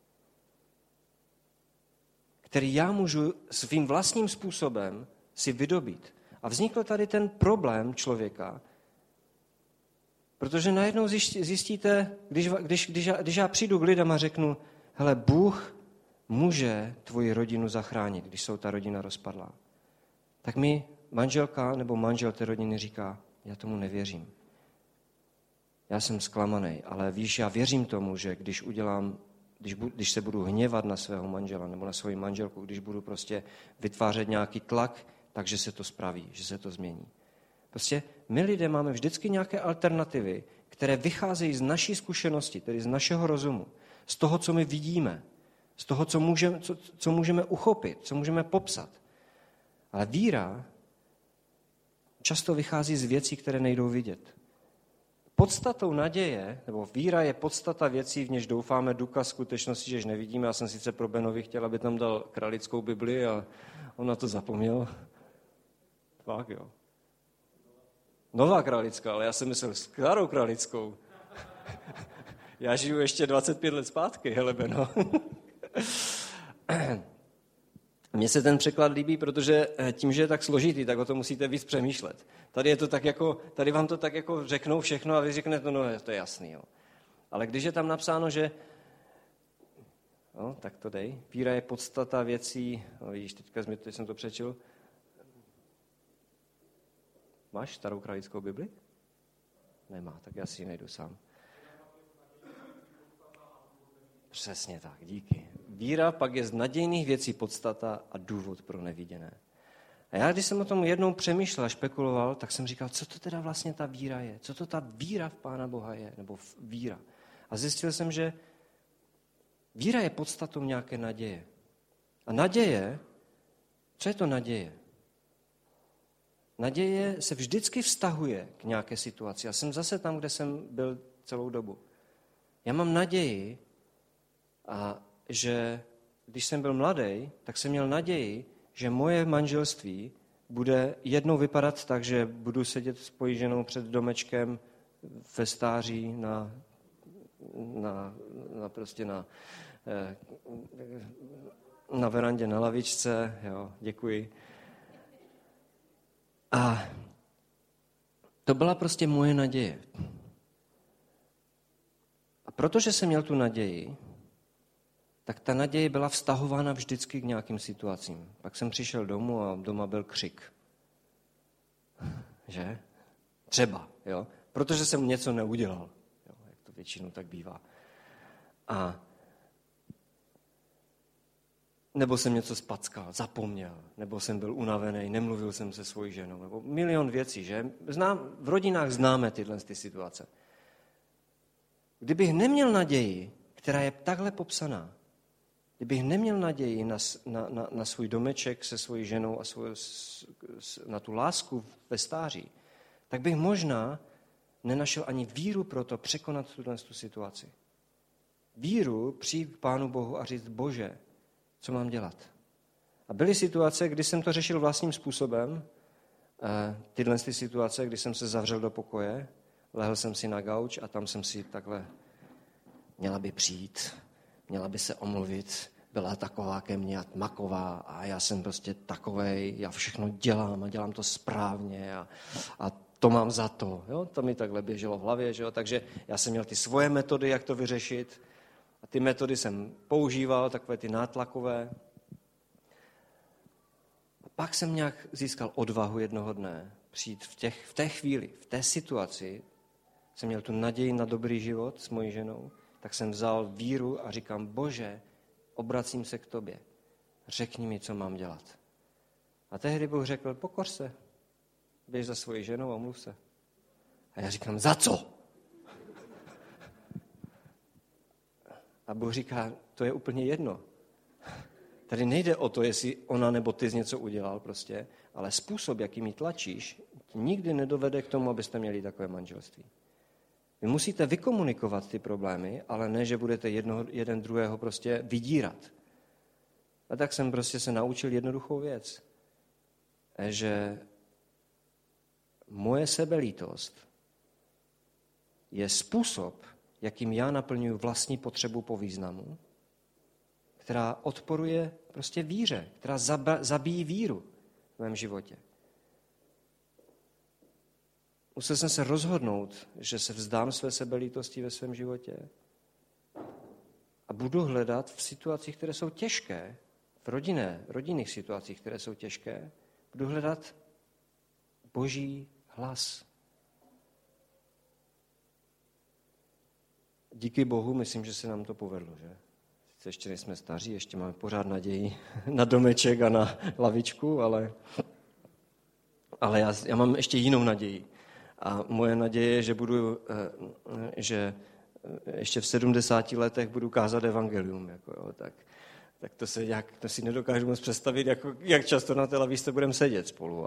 který já můžu svým vlastním způsobem si vydobít. A vznikl tady ten problém člověka, protože najednou zjistíte, když já přijdu k lidem a řeknu, hele, Bůh může tvoji rodinu zachránit, když jsou ta rodina rozpadlá, tak mi manželka nebo manžel té rodiny říká, já tomu nevěřím. Já jsem zklamaný, ale víš, já věřím tomu, že když udělám když se budu hněvat na svého manžela nebo na svoji manželku, když budu prostě vytvářet nějaký tlak, takže se to spraví, že se to změní. Prostě my lidé máme vždycky nějaké alternativy, které vycházejí z naší zkušenosti, tedy z našeho rozumu, z toho, co my vidíme, z toho, co můžeme uchopit, co můžeme popsat. Ale víra často vychází z věcí, které nejdou vidět. Podstatou naděje, nebo víra je podstata věcí, v něž doufáme, důkaz skutečnosti, jež nevidíme. Já jsem sice pro Benovi chtěl, aby tam dal kralickou Bibli a on na to zapomněl. Fakt, jo. Nová kralická, ale já jsem myslel starou kralickou. Já žiju ještě 25 let zpátky, hele Beno. Mně se ten překlad líbí, protože tím, že je tak složitý, tak o tom musíte víc přemýšlet. Tady vám to tak jako řeknou všechno a vy řeknete, no to je jasný. Jo. Ale když je tam napsáno, že tak to dej. Víra je podstata věcí, vidíš, teď jsem to přečil. Máš starou kralickou Bibli? Nemá, tak já si ji najdu sám. Přesně tak, díky. Víra pak je z nadějných věcí podstata a důvod pro neviděné. A já, když jsem o tom jednou přemýšlel a špekuloval, tak jsem říkal, co to teda vlastně ta víra je? Co to ta víra v Pána Boha je? Nebo víra. A zjistil jsem, že víra je podstatou nějaké naděje. A naděje, co je to naděje? Naděje se vždycky vztahuje k nějaké situaci. Já jsem zase tam, kde jsem byl celou dobu. Já mám naději, a že když jsem byl mladý, tak jsem měl naději, že moje manželství bude jednou vypadat tak, že budu sedět s pojíženou před domečkem ve stáří na verandě na lavičce. Jo, děkuji. A to byla prostě moje naděje. A protože jsem měl tu naději, tak ta naděje byla vztahována vždycky k nějakým situacím. Pak jsem přišel domů a doma byl křik. Že? Třeba, jo? Protože jsem něco neudělal. Jo? Jak to většinou tak bývá. Nebo jsem něco spackal, zapomněl, nebo jsem byl unavený, nemluvil jsem se svojí ženou, nebo milion věcí, že? V rodinách známe tyhle situace. Kdybych neměl naději, která je takhle popsaná, kdybych neměl naději na svůj domeček se svojí ženou a na tu lásku ve stáří, tak bych možná nenašel ani víru pro to překonat tu situaci. Víru přijít k Pánu Bohu a říct, Bože, co mám dělat? A byly situace, kdy jsem to řešil vlastním způsobem, tyhle situace, kdy jsem se zavřel do pokoje, lehl jsem si na gauč a tam jsem si takhle, měla by přijít, měla by se omluvit, byla taková ke mně a tmaková a já jsem prostě takovej, já všechno dělám a dělám to správně a to mám za to. Jo? To mi takhle běželo v hlavě, že jo? Takže já jsem měl ty svoje metody, jak to vyřešit a ty metody jsem používal, takové ty nátlakové. A pak jsem nějak získal odvahu jednoho dne přijít v té chvíli, v té situaci, jsem měl tu naději na dobrý život s mojí ženou, tak jsem vzal víru a říkám, Bože, obracím se k tobě. Řekni mi, co mám dělat. A tehdy Bůh řekl, pokor se. Běž za svojí ženou a omluv se. A já říkám, za co? A Bůh říká, to je úplně jedno. Tady nejde o to, jestli ona nebo ty z něco udělal prostě, ale způsob, jakým ji tlačíš, nikdy nedovede k tomu, abyste měli takové manželství. Vy musíte vykomunikovat ty problémy, ale ne, že budete jeden druhého prostě vydírat. A tak jsem prostě se naučil jednoduchou věc, že moje sebelítost je způsob, jakým já naplňuji vlastní potřebu po významu, která odporuje prostě víře, která zabíjí víru v mém životě. Musel jsem se rozhodnout, že se vzdám své sebelítosti ve svém životě a budu hledat v situacích, které jsou těžké, v rodinných situacích, které jsou těžké, budu hledat Boží hlas. Díky Bohu, myslím, že se nám to povedlo, že? Sice ještě nejsme staří, ještě máme pořád naději na domeček a na lavičku, ale já mám ještě jinou naději. A moje naděje je, že ještě v 70 letech budu kázat evangelium. Tak to si nedokážu moc představit, jak často na té lavičce budeme sedět spolu.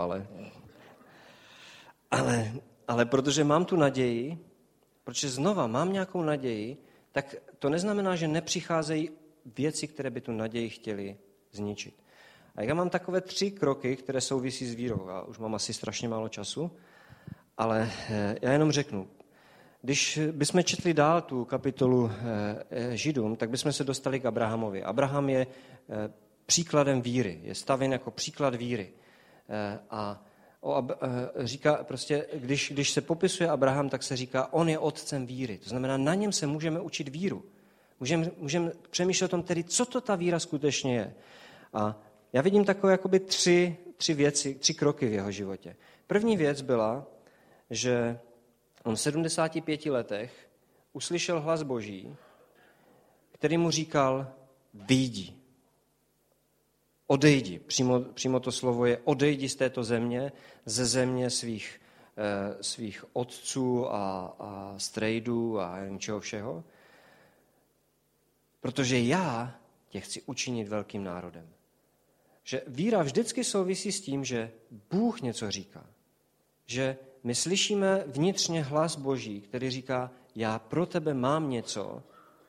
Ale protože mám tu naději, protože znova mám nějakou naději, tak to neznamená, že nepřicházejí věci, které by tu naději chtěly zničit. A já mám takové 3 kroky, které souvisí s vírou. Já už mám asi strašně málo času, ale já jenom řeknu. Když bychom četli dál tu kapitolu Židům, tak bychom se dostali k Abrahamovi. Abraham je příkladem víry, je stavěn jako příklad víry. A říká prostě, když se popisuje Abraham, tak se říká, on je otcem víry. To znamená, na něm se můžeme učit víru. Můžeme přemýšlet o tom tedy, co to ta víra skutečně je. A já vidím takové jakoby 3 věci, 3 kroky v jeho životě. První věc byla, že on v 75 letech uslyšel hlas Boží, který mu říkal, vyjdi, odejdi. Přímo to slovo je odejdi z této země, ze země svých otců a strejdů a ničeho všeho, protože já tě chci učinit velkým národem. Že víra vždycky souvisí s tím, že Bůh něco říká. Že my slyšíme vnitřně hlas Boží, který říká, já pro tebe mám něco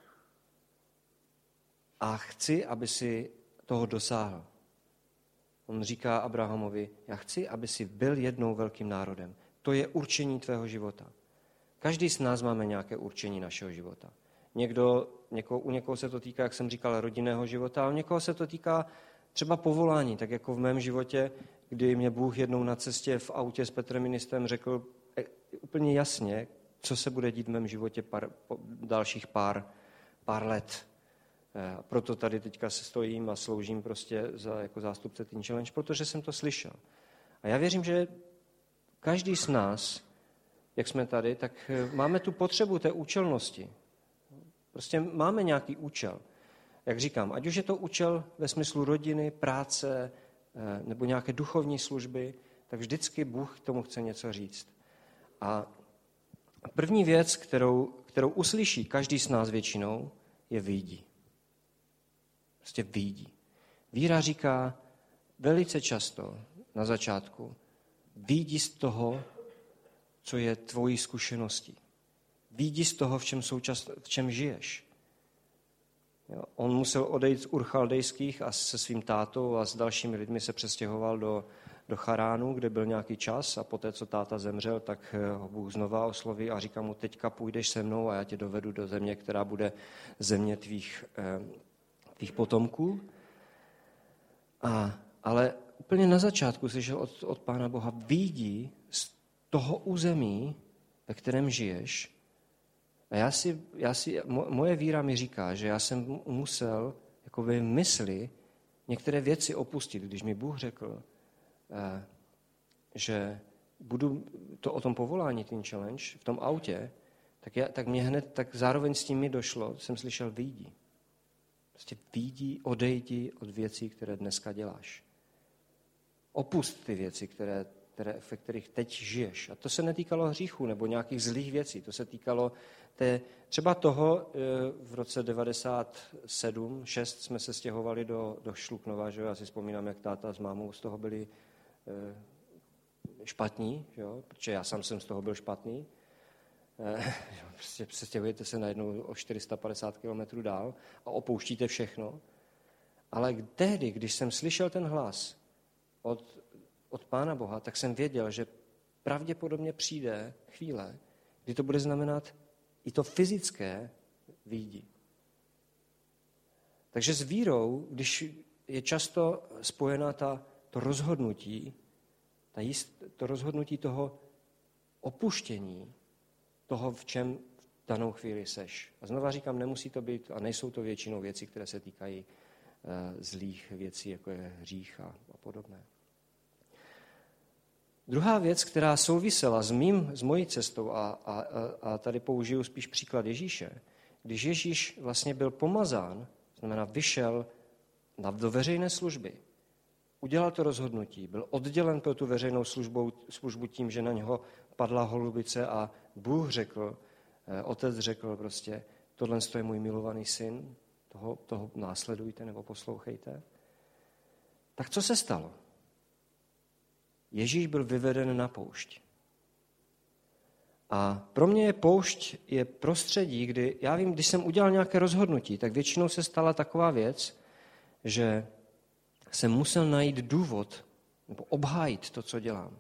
a chci, aby si toho dosáhl. On říká Abrahamovi, já chci, aby si byl jednou velkým národem. To je určení tvého života. Každý z nás máme nějaké určení našeho života. U někoho se to týká, jak jsem říkal, rodinného života, a u někoho se to týká třeba povolání, tak jako v mém životě, kdy mě Bůh jednou na cestě v autě s Petrem Ministrem řekl úplně jasně, co se bude dít v mém životě dalších pár let. Proto tady teďka stojím a sloužím prostě jako zástupce Teen Challenge, protože jsem to slyšel. A já věřím, že každý z nás, jak jsme tady, tak máme tu potřebu té účelnosti. Prostě máme nějaký účel. Jak říkám, ať už je to účel ve smyslu rodiny, práce nebo nějaké duchovní služby, tak vždycky Bůh tomu chce něco říct. A první věc, kterou uslyší každý z nás většinou, je vyjdi. Prostě vyjdi. Víra říká velice často na začátku, vyjdi z toho, co je tvojí zkušeností. Vyjdi z toho, v čem žiješ. On musel odejít z Ur Chaldejských a se svým tátou a s dalšími lidmi se přestěhoval do Charánu, kde byl nějaký čas a poté, co táta zemřel, tak ho Bůh znova osloví a říká mu, teďka půjdeš se mnou a já tě dovedu do země, která bude země tvých potomků. Ale úplně na začátku slyšel od Pána Boha, vyjdi z toho území, ve kterém žiješ. A moje víra mi říká, že já jsem musel jakoby v mysli některé věci opustit. Když mi Bůh řekl, že budu to o tom povolání Teen Challenge v tom autě, tak mě hned, tak zároveň s tím mi došlo, jsem slyšel vyjdi. Prostě vyjdi, odejdi od věcí, které dneska děláš. Opust ty věci, ve kterých teď žiješ. A to se netýkalo hříchu nebo nějakých zlých věcí. To se týkalo třeba toho, v roce 97-6 jsme se stěhovali do Šluknova, že já si vzpomínám, jak táta s mámou z toho byli špatní, jo? Protože já sám jsem z toho byl špatný. Prostě přestěhujete se najednou o 450 kilometrů dál a opouštíte všechno. Ale tehdy, když jsem slyšel ten hlas od Pána Boha, tak jsem věděl, že pravděpodobně přijde chvíle, kdy to bude znamenat i to fyzické vyjdi. Takže s vírou, když je často spojená to rozhodnutí, to rozhodnutí toho opuštění, toho, v čem v danou chvíli seš. A znova říkám, nemusí to být, a nejsou to většinou věci, které se týkají zlých věcí, jako je hřích a podobné. Druhá věc, která souvisela s mojí cestou, a tady použiju spíš příklad Ježíše, když Ježíš vlastně byl pomazán, znamená vyšel do veřejné služby, udělal to rozhodnutí, byl oddělen pro tu veřejnou službu tím, že na něho padla holubice a Bůh řekl, otec řekl prostě, tohle je můj milovaný syn, toho následujte nebo poslouchejte. Tak co se stalo? Ježíš byl vyveden na poušť. A pro mě je poušť je prostředí, kdy, já vím, když jsem udělal nějaké rozhodnutí, tak většinou se stala taková věc, že jsem musel najít důvod nebo obhájit to, co dělám.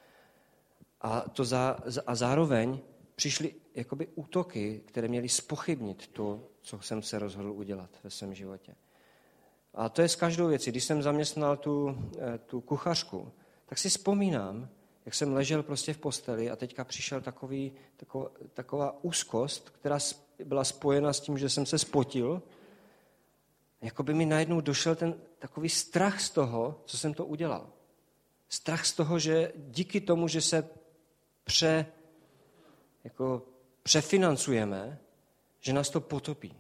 A zároveň přišly jakoby útoky, které měly zpochybnit to, co jsem se rozhodl udělat ve svém životě. A to je s každou věcí. Když jsem zaměstnal tu kuchařku, tak si vzpomínám, jak jsem ležel prostě v posteli a teďka přišel taková úzkost, která byla spojena s tím, že jsem se spotil. Jakoby mi najednou došel ten takový strach z toho, co jsem to udělal. Strach z toho, že díky tomu, že se přefinancujeme, že nás to potopí.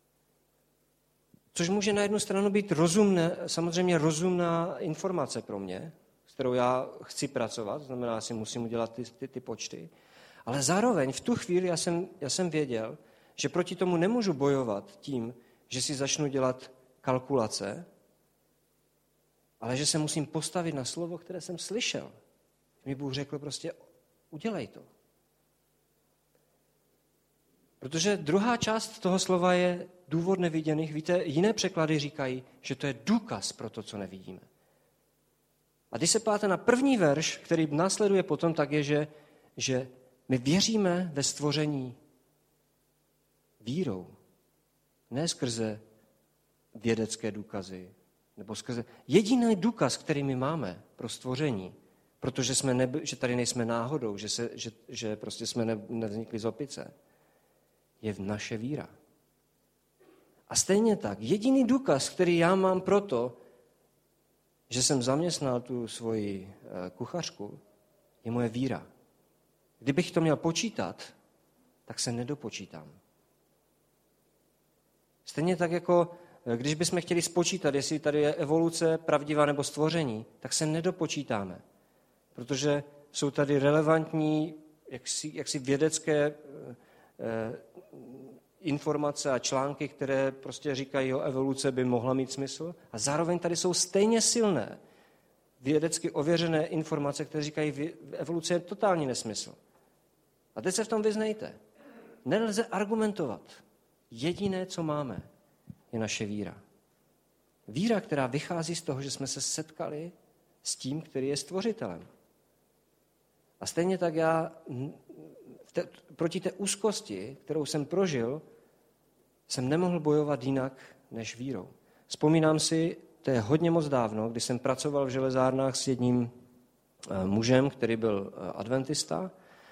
Což může na jednu stranu být samozřejmě rozumná informace pro mě, s kterou já chci pracovat, znamená, že si musím udělat ty počty. Ale zároveň v tu chvíli já jsem věděl, že proti tomu nemůžu bojovat tím, že si začnu dělat kalkulace, ale že se musím postavit na slovo, které jsem slyšel. Mi Bůh řekl prostě, udělej to. Protože druhá část toho slova je důvod neviděných. Víte, jiné překlady říkají, že to je důkaz pro to, co nevidíme. A když se páte na první verš, který následuje potom, tak je, že my věříme ve stvoření vírou. Ne skrze vědecké důkazy, nebo skrze jediný důkaz, který my máme pro stvoření, protože že tady nejsme náhodou, že prostě jsme nevznikli z opice, je v naše víra. A stejně tak, jediný důkaz, který já mám proto, že jsem zaměstnal tu svoji kuchařku, je moje víra. Kdybych to měl počítat, tak se nedopočítám. Stejně tak jako, když bychom chtěli spočítat, jestli tady je evoluce pravdivá nebo stvoření, tak se nedopočítáme. Protože jsou tady relevantní, jaksi vědecké informace a články, které prostě říkají, že evoluce by mohla mít smysl. A zároveň tady jsou stejně silné vědecky ověřené informace, které říkají, že evoluce je totální nesmysl. A teď se v tom vyznejte. Nelze argumentovat. Jediné, co máme, je naše víra. Víra, která vychází z toho, že jsme se setkali s tím, který je stvořitelem. A stejně tak já proti té úzkosti, kterou jsem prožil, jsem nemohl bojovat jinak než vírou. Vzpomínám si, to je hodně moc dávno, když jsem pracoval v železárnách s jedním mužem, který byl adventista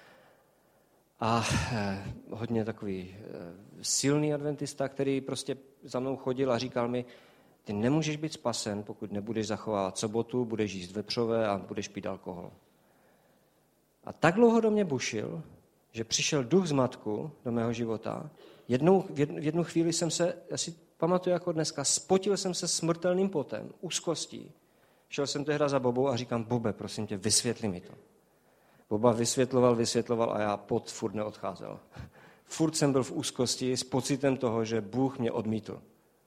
a hodně takový silný adventista, který prostě za mnou chodil a říkal mi, ty nemůžeš být spasen, pokud nebudeš zachovávat sobotu, budeš jíst vepřové a budeš pít alkohol. A tak dlouho do mě bušil, že přišel duch zmatku do mého života. V jednu chvíli jsem se, já si pamatuju jako dneska, spotil jsem se smrtelným potem, úzkostí. Šel jsem tehda za Bobou a říkám, Bobe, prosím tě, vysvětli mi to. Boba vysvětloval a já pot furt neodcházel. Furt jsem byl v úzkosti s pocitem toho, že Bůh mě odmítl.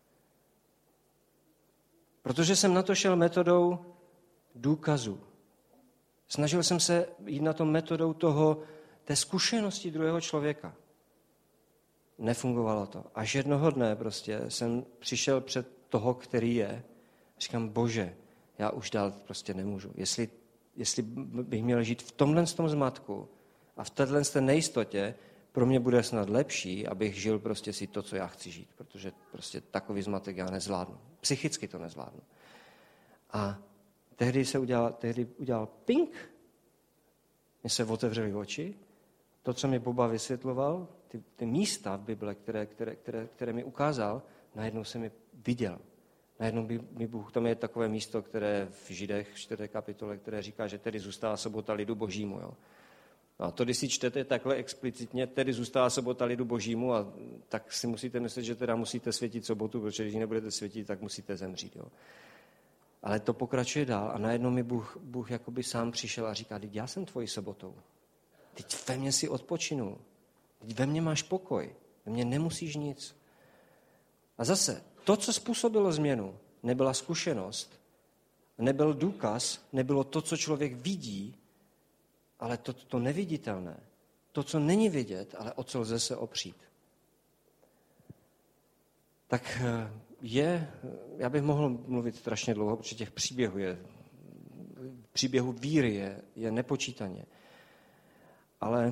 Protože jsem na to šel metodou důkazů. Snažil jsem se jít na to metodou té zkušenosti druhého člověka. Nefungovalo to. Až jednoho dne prostě jsem přišel před toho, který je. Říkám, Bože, já už dál prostě nemůžu. Jestli bych měl žít v tomhle zmatku a v této nejistotě, pro mě bude snad lepší, abych žil prostě si to, co já chci žít, protože prostě takový zmatek já nezvládnu. Psychicky to nezvládnu. A tehdy udělal ping, mně se otevřely oči, to, co mi Boba vysvětloval, ty místa v Bible, které mi ukázal, najednou jsem je viděl. Najednou mi Bůh, tam je takové místo, které v Židech, 4. kapitole, které říká, že tedy zůstává sobota lidu božímu. Jo. No a to, když si čtete takhle explicitně, tedy zůstává sobota lidu božímu, a tak si musíte myslet, že teda musíte světit sobotu, protože když nebudete světit, tak musíte zemřít. Jo. Ale to pokračuje dál a najednou mi Bůh jakoby sám přišel a říká, teď já jsem tvojí sobotou. Teď ve mně si odpočinul. Teď ve mně máš pokoj. Ve mně nemusíš nic. A zase, to, co způsobilo změnu, nebyla zkušenost, nebyl důkaz, nebylo to, co člověk vidí, ale to neviditelné. To, co není vidět, ale o co lze se opřít. Tak já bych mohl mluvit strašně dlouho, protože těch příběhů víry je nepočítaně. Ale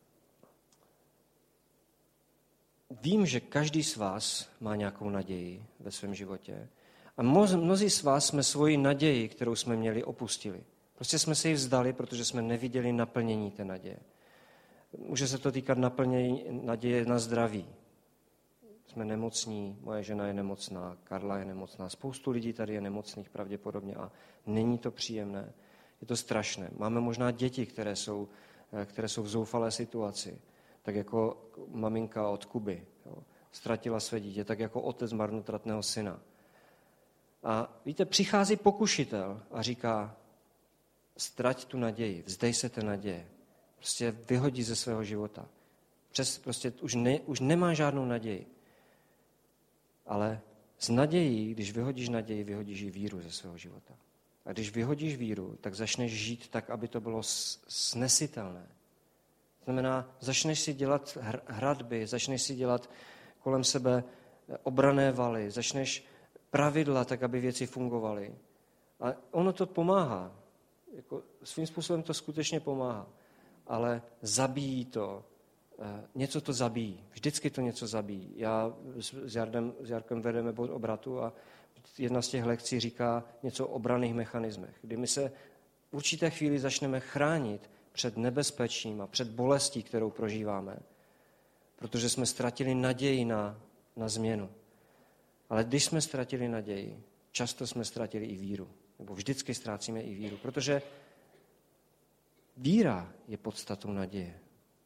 vím, že každý z vás má nějakou naději ve svém životě. A mnozí z vás jsme svoji naději, kterou jsme měli, opustili. Prostě jsme se ji vzdali, protože jsme neviděli naplnění té naděje. Může se to týkat naplnění naděje na zdraví. Jsme nemocní, moje žena je nemocná, Karla je nemocná, spoustu lidí tady je nemocných pravděpodobně a není to příjemné. Je to strašné. Máme možná děti, které jsou v zoufalé situaci, tak jako maminka od Kuby. Jo. Ztratila své dítě, tak jako otec marnotratného syna. A víte, přichází pokušitel a říká, ztrať tu naději, vzdej se té naděje. Prostě vyhodí ze svého života. Prostě už nemá žádnou naději. Ale s nadějí, když vyhodíš naději, vyhodíš i víru ze svého života. A když vyhodíš víru, tak začneš žít tak, aby to bylo snesitelné. Znamená, začneš si dělat hradby, začneš si dělat kolem sebe obranné valy, začneš pravidla tak, aby věci fungovaly. A ono to pomáhá. Jako svým způsobem to skutečně pomáhá. Ale zabíjí to. Něco to zabíjí. Vždycky to něco zabíjí. Já s Jarkem vedeme bod obratu a jedna z těch lekcí říká něco o obranných mechanismech, kdy my se v určité chvíli začneme chránit před nebezpečím a před bolestí, kterou prožíváme, protože jsme ztratili naději na změnu. Ale když jsme ztratili naději, často jsme ztratili i víru. Nebo vždycky ztrácíme i víru, protože víra je podstatou naděje.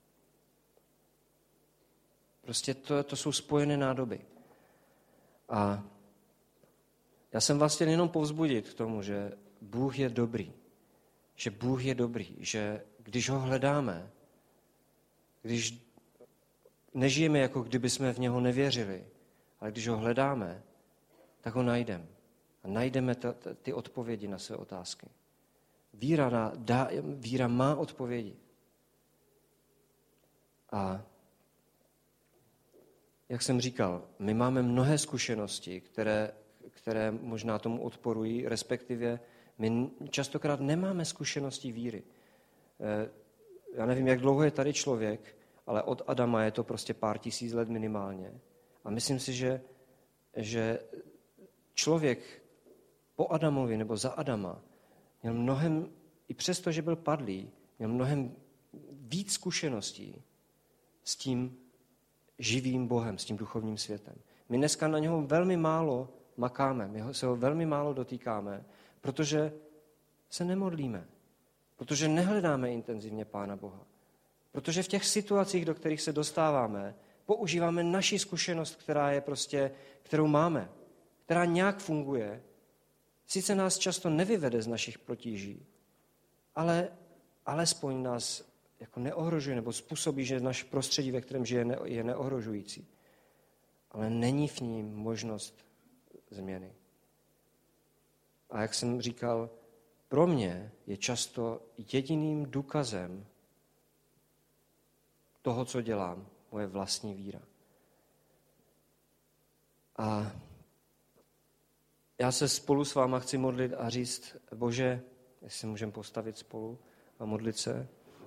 Prostě to jsou spojené nádoby. A já jsem vás chtěl jenom povzbudit k tomu, že Bůh je dobrý. Že Bůh je dobrý, že když ho hledáme, když nežijeme, jako kdyby jsme v něho nevěřili, ale když ho hledáme, tak ho najdeme. A najdeme ty odpovědi na své otázky. Víra má odpovědi. A jak jsem říkal, my máme mnohé zkušenosti, které možná tomu odporují, respektive my častokrát nemáme zkušenosti víry. Já nevím, jak dlouho je tady člověk, ale od Adama je to prostě pár tisíc let minimálně. A myslím si, že člověk po Adamovi nebo za Adama měl mnohem, i přesto, že byl padlý, měl mnohem víc zkušeností s tím živým Bohem, s tím duchovním světem. My dneska na něho velmi málo makáme, my se ho velmi málo dotýkáme, protože se nemodlíme, protože nehledáme intenzivně Pána Boha. Protože v těch situacích, do kterých se dostáváme, používáme naši zkušenost, kterou máme, která nějak funguje. Sice nás často nevyvede z našich protíží, ale alespoň nás jako neohrožuje nebo způsobí, že naše prostředí, ve kterém žije, je neohrožující. Ale není v ním možnost změny. A jak jsem říkal, pro mě je často jediným důkazem toho, co dělám, moje vlastní víra. A já se spolu s váma chci modlit a říct, Bože, jestli můžeme postavit spolu a modlit se.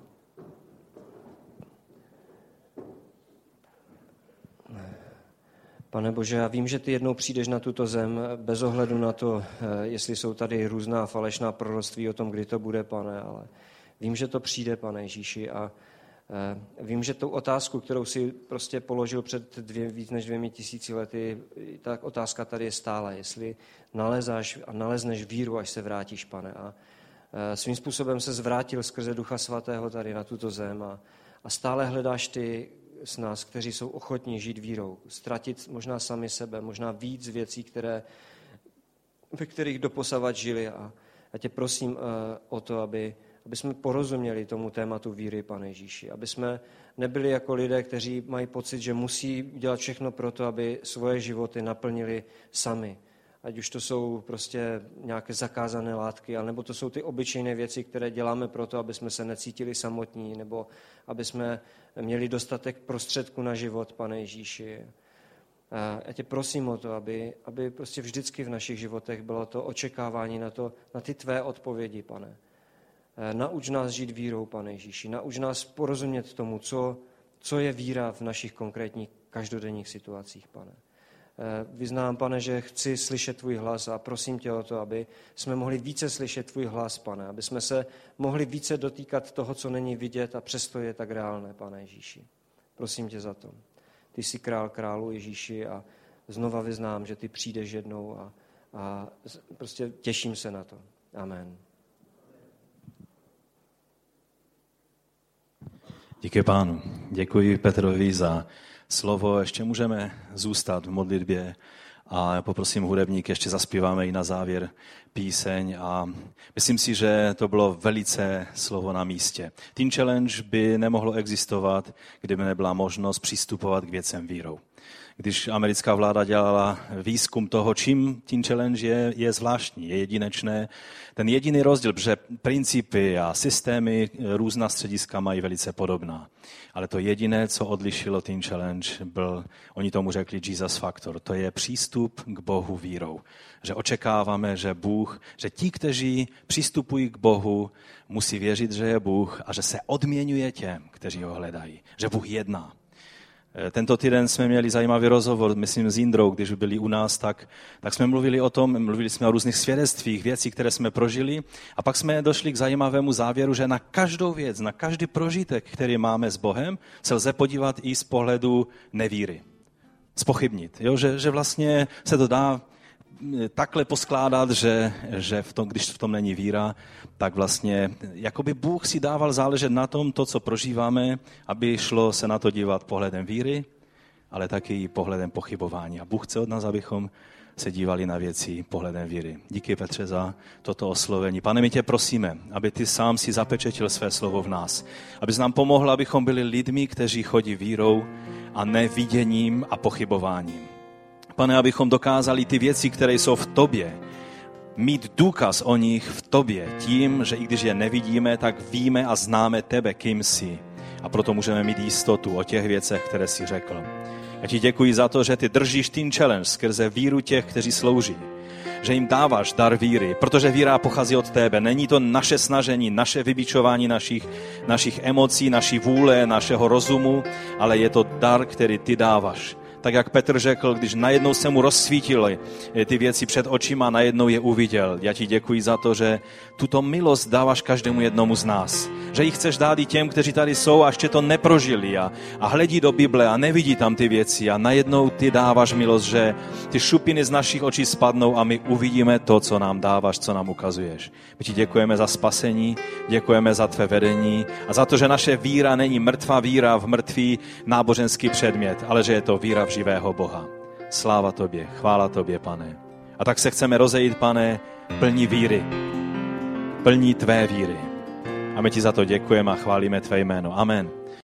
Pane Bože, já vím, že ty jednou přijdeš na tuto zem bez ohledu na to, jestli jsou tady různá falešná proroctví o tom, kdy to bude, Pane, ale vím, že to přijde, Pane Ježíši, a vím, že tou otázku, kterou si prostě položil před víc než 2000 lety, ta otázka tady je stále, jestli nalezneš víru, až se vrátíš, Pane. svým způsobem se zvrátil skrze Ducha Svatého tady na tuto zem a stále hledáš ty z nás, kteří jsou ochotní žít vírou, ztratit možná sami sebe, možná víc věcí, ve kterých doposavat žili. A já tě prosím o to, aby jsme porozuměli tomu tématu víry, Pane Ježíši. Aby jsme nebyli jako lidé, kteří mají pocit, že musí dělat všechno pro to, aby svoje životy naplnili sami. Ať už to jsou prostě nějaké zakázané látky, nebo to jsou ty obyčejné věci, které děláme proto, aby jsme se necítili samotní, nebo aby jsme měli dostatek prostředků na život, Pane Ježíši. Já tě prosím o to, aby prostě vždycky v našich životech bylo to očekávání na ty tvé odpovědi, Pane. Nauč nás žít vírou, Pane Ježíši. Nauč nás porozumět tomu, co je víra v našich konkrétních každodenních situacích, Pane. Vyznám, Pane, že chci slyšet tvůj hlas a prosím tě o to, aby jsme mohli více slyšet tvůj hlas, Pane. Aby jsme se mohli více dotýkat toho, co není vidět a přesto je tak reálné, Pane Ježíši. Prosím tě za to. Ty jsi král králu, Ježíši, a znova vyznám, že ty přijdeš jednou a prostě těším se na to. Amen. Díky Pánu. Děkuji Petrovi za slovo. Ještě můžeme zůstat v modlitbě a poprosím hudebníky, ještě zaspíváme i na závěr píseň a myslím si, že to bylo velice slovo na místě. Teen Challenge by nemohlo existovat, kdyby nebyla možnost přistupovat k věcem vírou. Když americká vláda dělala výzkum toho, čím Teen Challenge je zvláštní, je jedinečné, ten jediný rozdíl, protože principy a systémy různá střediska mají velice podobná. Ale to jediné, co odlišilo Teen Challenge, oni tomu řekli Jesus Factor. To je přístup k Bohu vírou. Že očekáváme, že ti, kteří přistupují k Bohu, musí věřit, že je Bůh a že se odměňuje těm, kteří ho hledají. Že Bůh jedná. Tento týden jsme měli zajímavý rozhovor, myslím s Jindrou, když byli u nás, tak jsme mluvili o tom, mluvili jsme o různých svědectvích, věcí, které jsme prožili a pak jsme došli k zajímavému závěru, že na každou věc, na každý prožitek, který máme s Bohem, se lze podívat i z pohledu nevíry. Zpochybnit, jo? Že vlastně se to dá takhle poskládat, že když v tom není víra, tak vlastně jakoby Bůh si dával záležet na tom, to, co prožíváme, aby šlo se na to dívat pohledem víry, ale taky pohledem pochybování. A Bůh chce od nás, abychom se dívali na věci pohledem víry. Díky, Petře, za toto oslovení. Pane, my tě prosíme, aby ty sám si zapečetil své slovo v nás. Abys nám pomohl, abychom byli lidmi, kteří chodí vírou a ne viděním a pochybováním. Pane, abychom dokázali ty věci, které jsou v tobě, mít důkaz o nich v tobě, tím, že i když je nevidíme, tak víme a známe tebe, kým jsi. A proto můžeme mít jistotu o těch věcech, které jsi řekl. Já ti děkuji za to, že ty držíš Teen Challenge skrze víru těch, kteří slouží. Že jim dáváš dar víry, protože víra pochází od tebe. Není to naše snažení, naše vybičování našich emocí, naší vůle, našeho rozumu, ale je to dar, který ty dáváš. Tak jak Petr řekl, když najednou se mu rozsvítily ty věci před očima, najednou je uviděl. Já ti děkuji za to, že tuto milost dáváš každému jednomu z nás. Že ji chceš dát i těm, kteří tady jsou a ještě to neprožili a hledí do Bible a nevidí tam ty věci a najednou ty dáváš milost, že ty šupiny z našich očí spadnou a my uvidíme to, co nám dáváš, co nám ukazuješ. My ti děkujeme za spasení, děkujeme za tvé vedení a za to, že naše víra není mrtvá víra v mrtvý náboženský předmět, ale že je to víra v živého Boha. Sláva tobě, chvála tobě, Pane. A tak se chceme rozejít, Pane, plní víry, plní tvé víry. A my ti za to děkujeme a chválíme tvé jméno. Amen.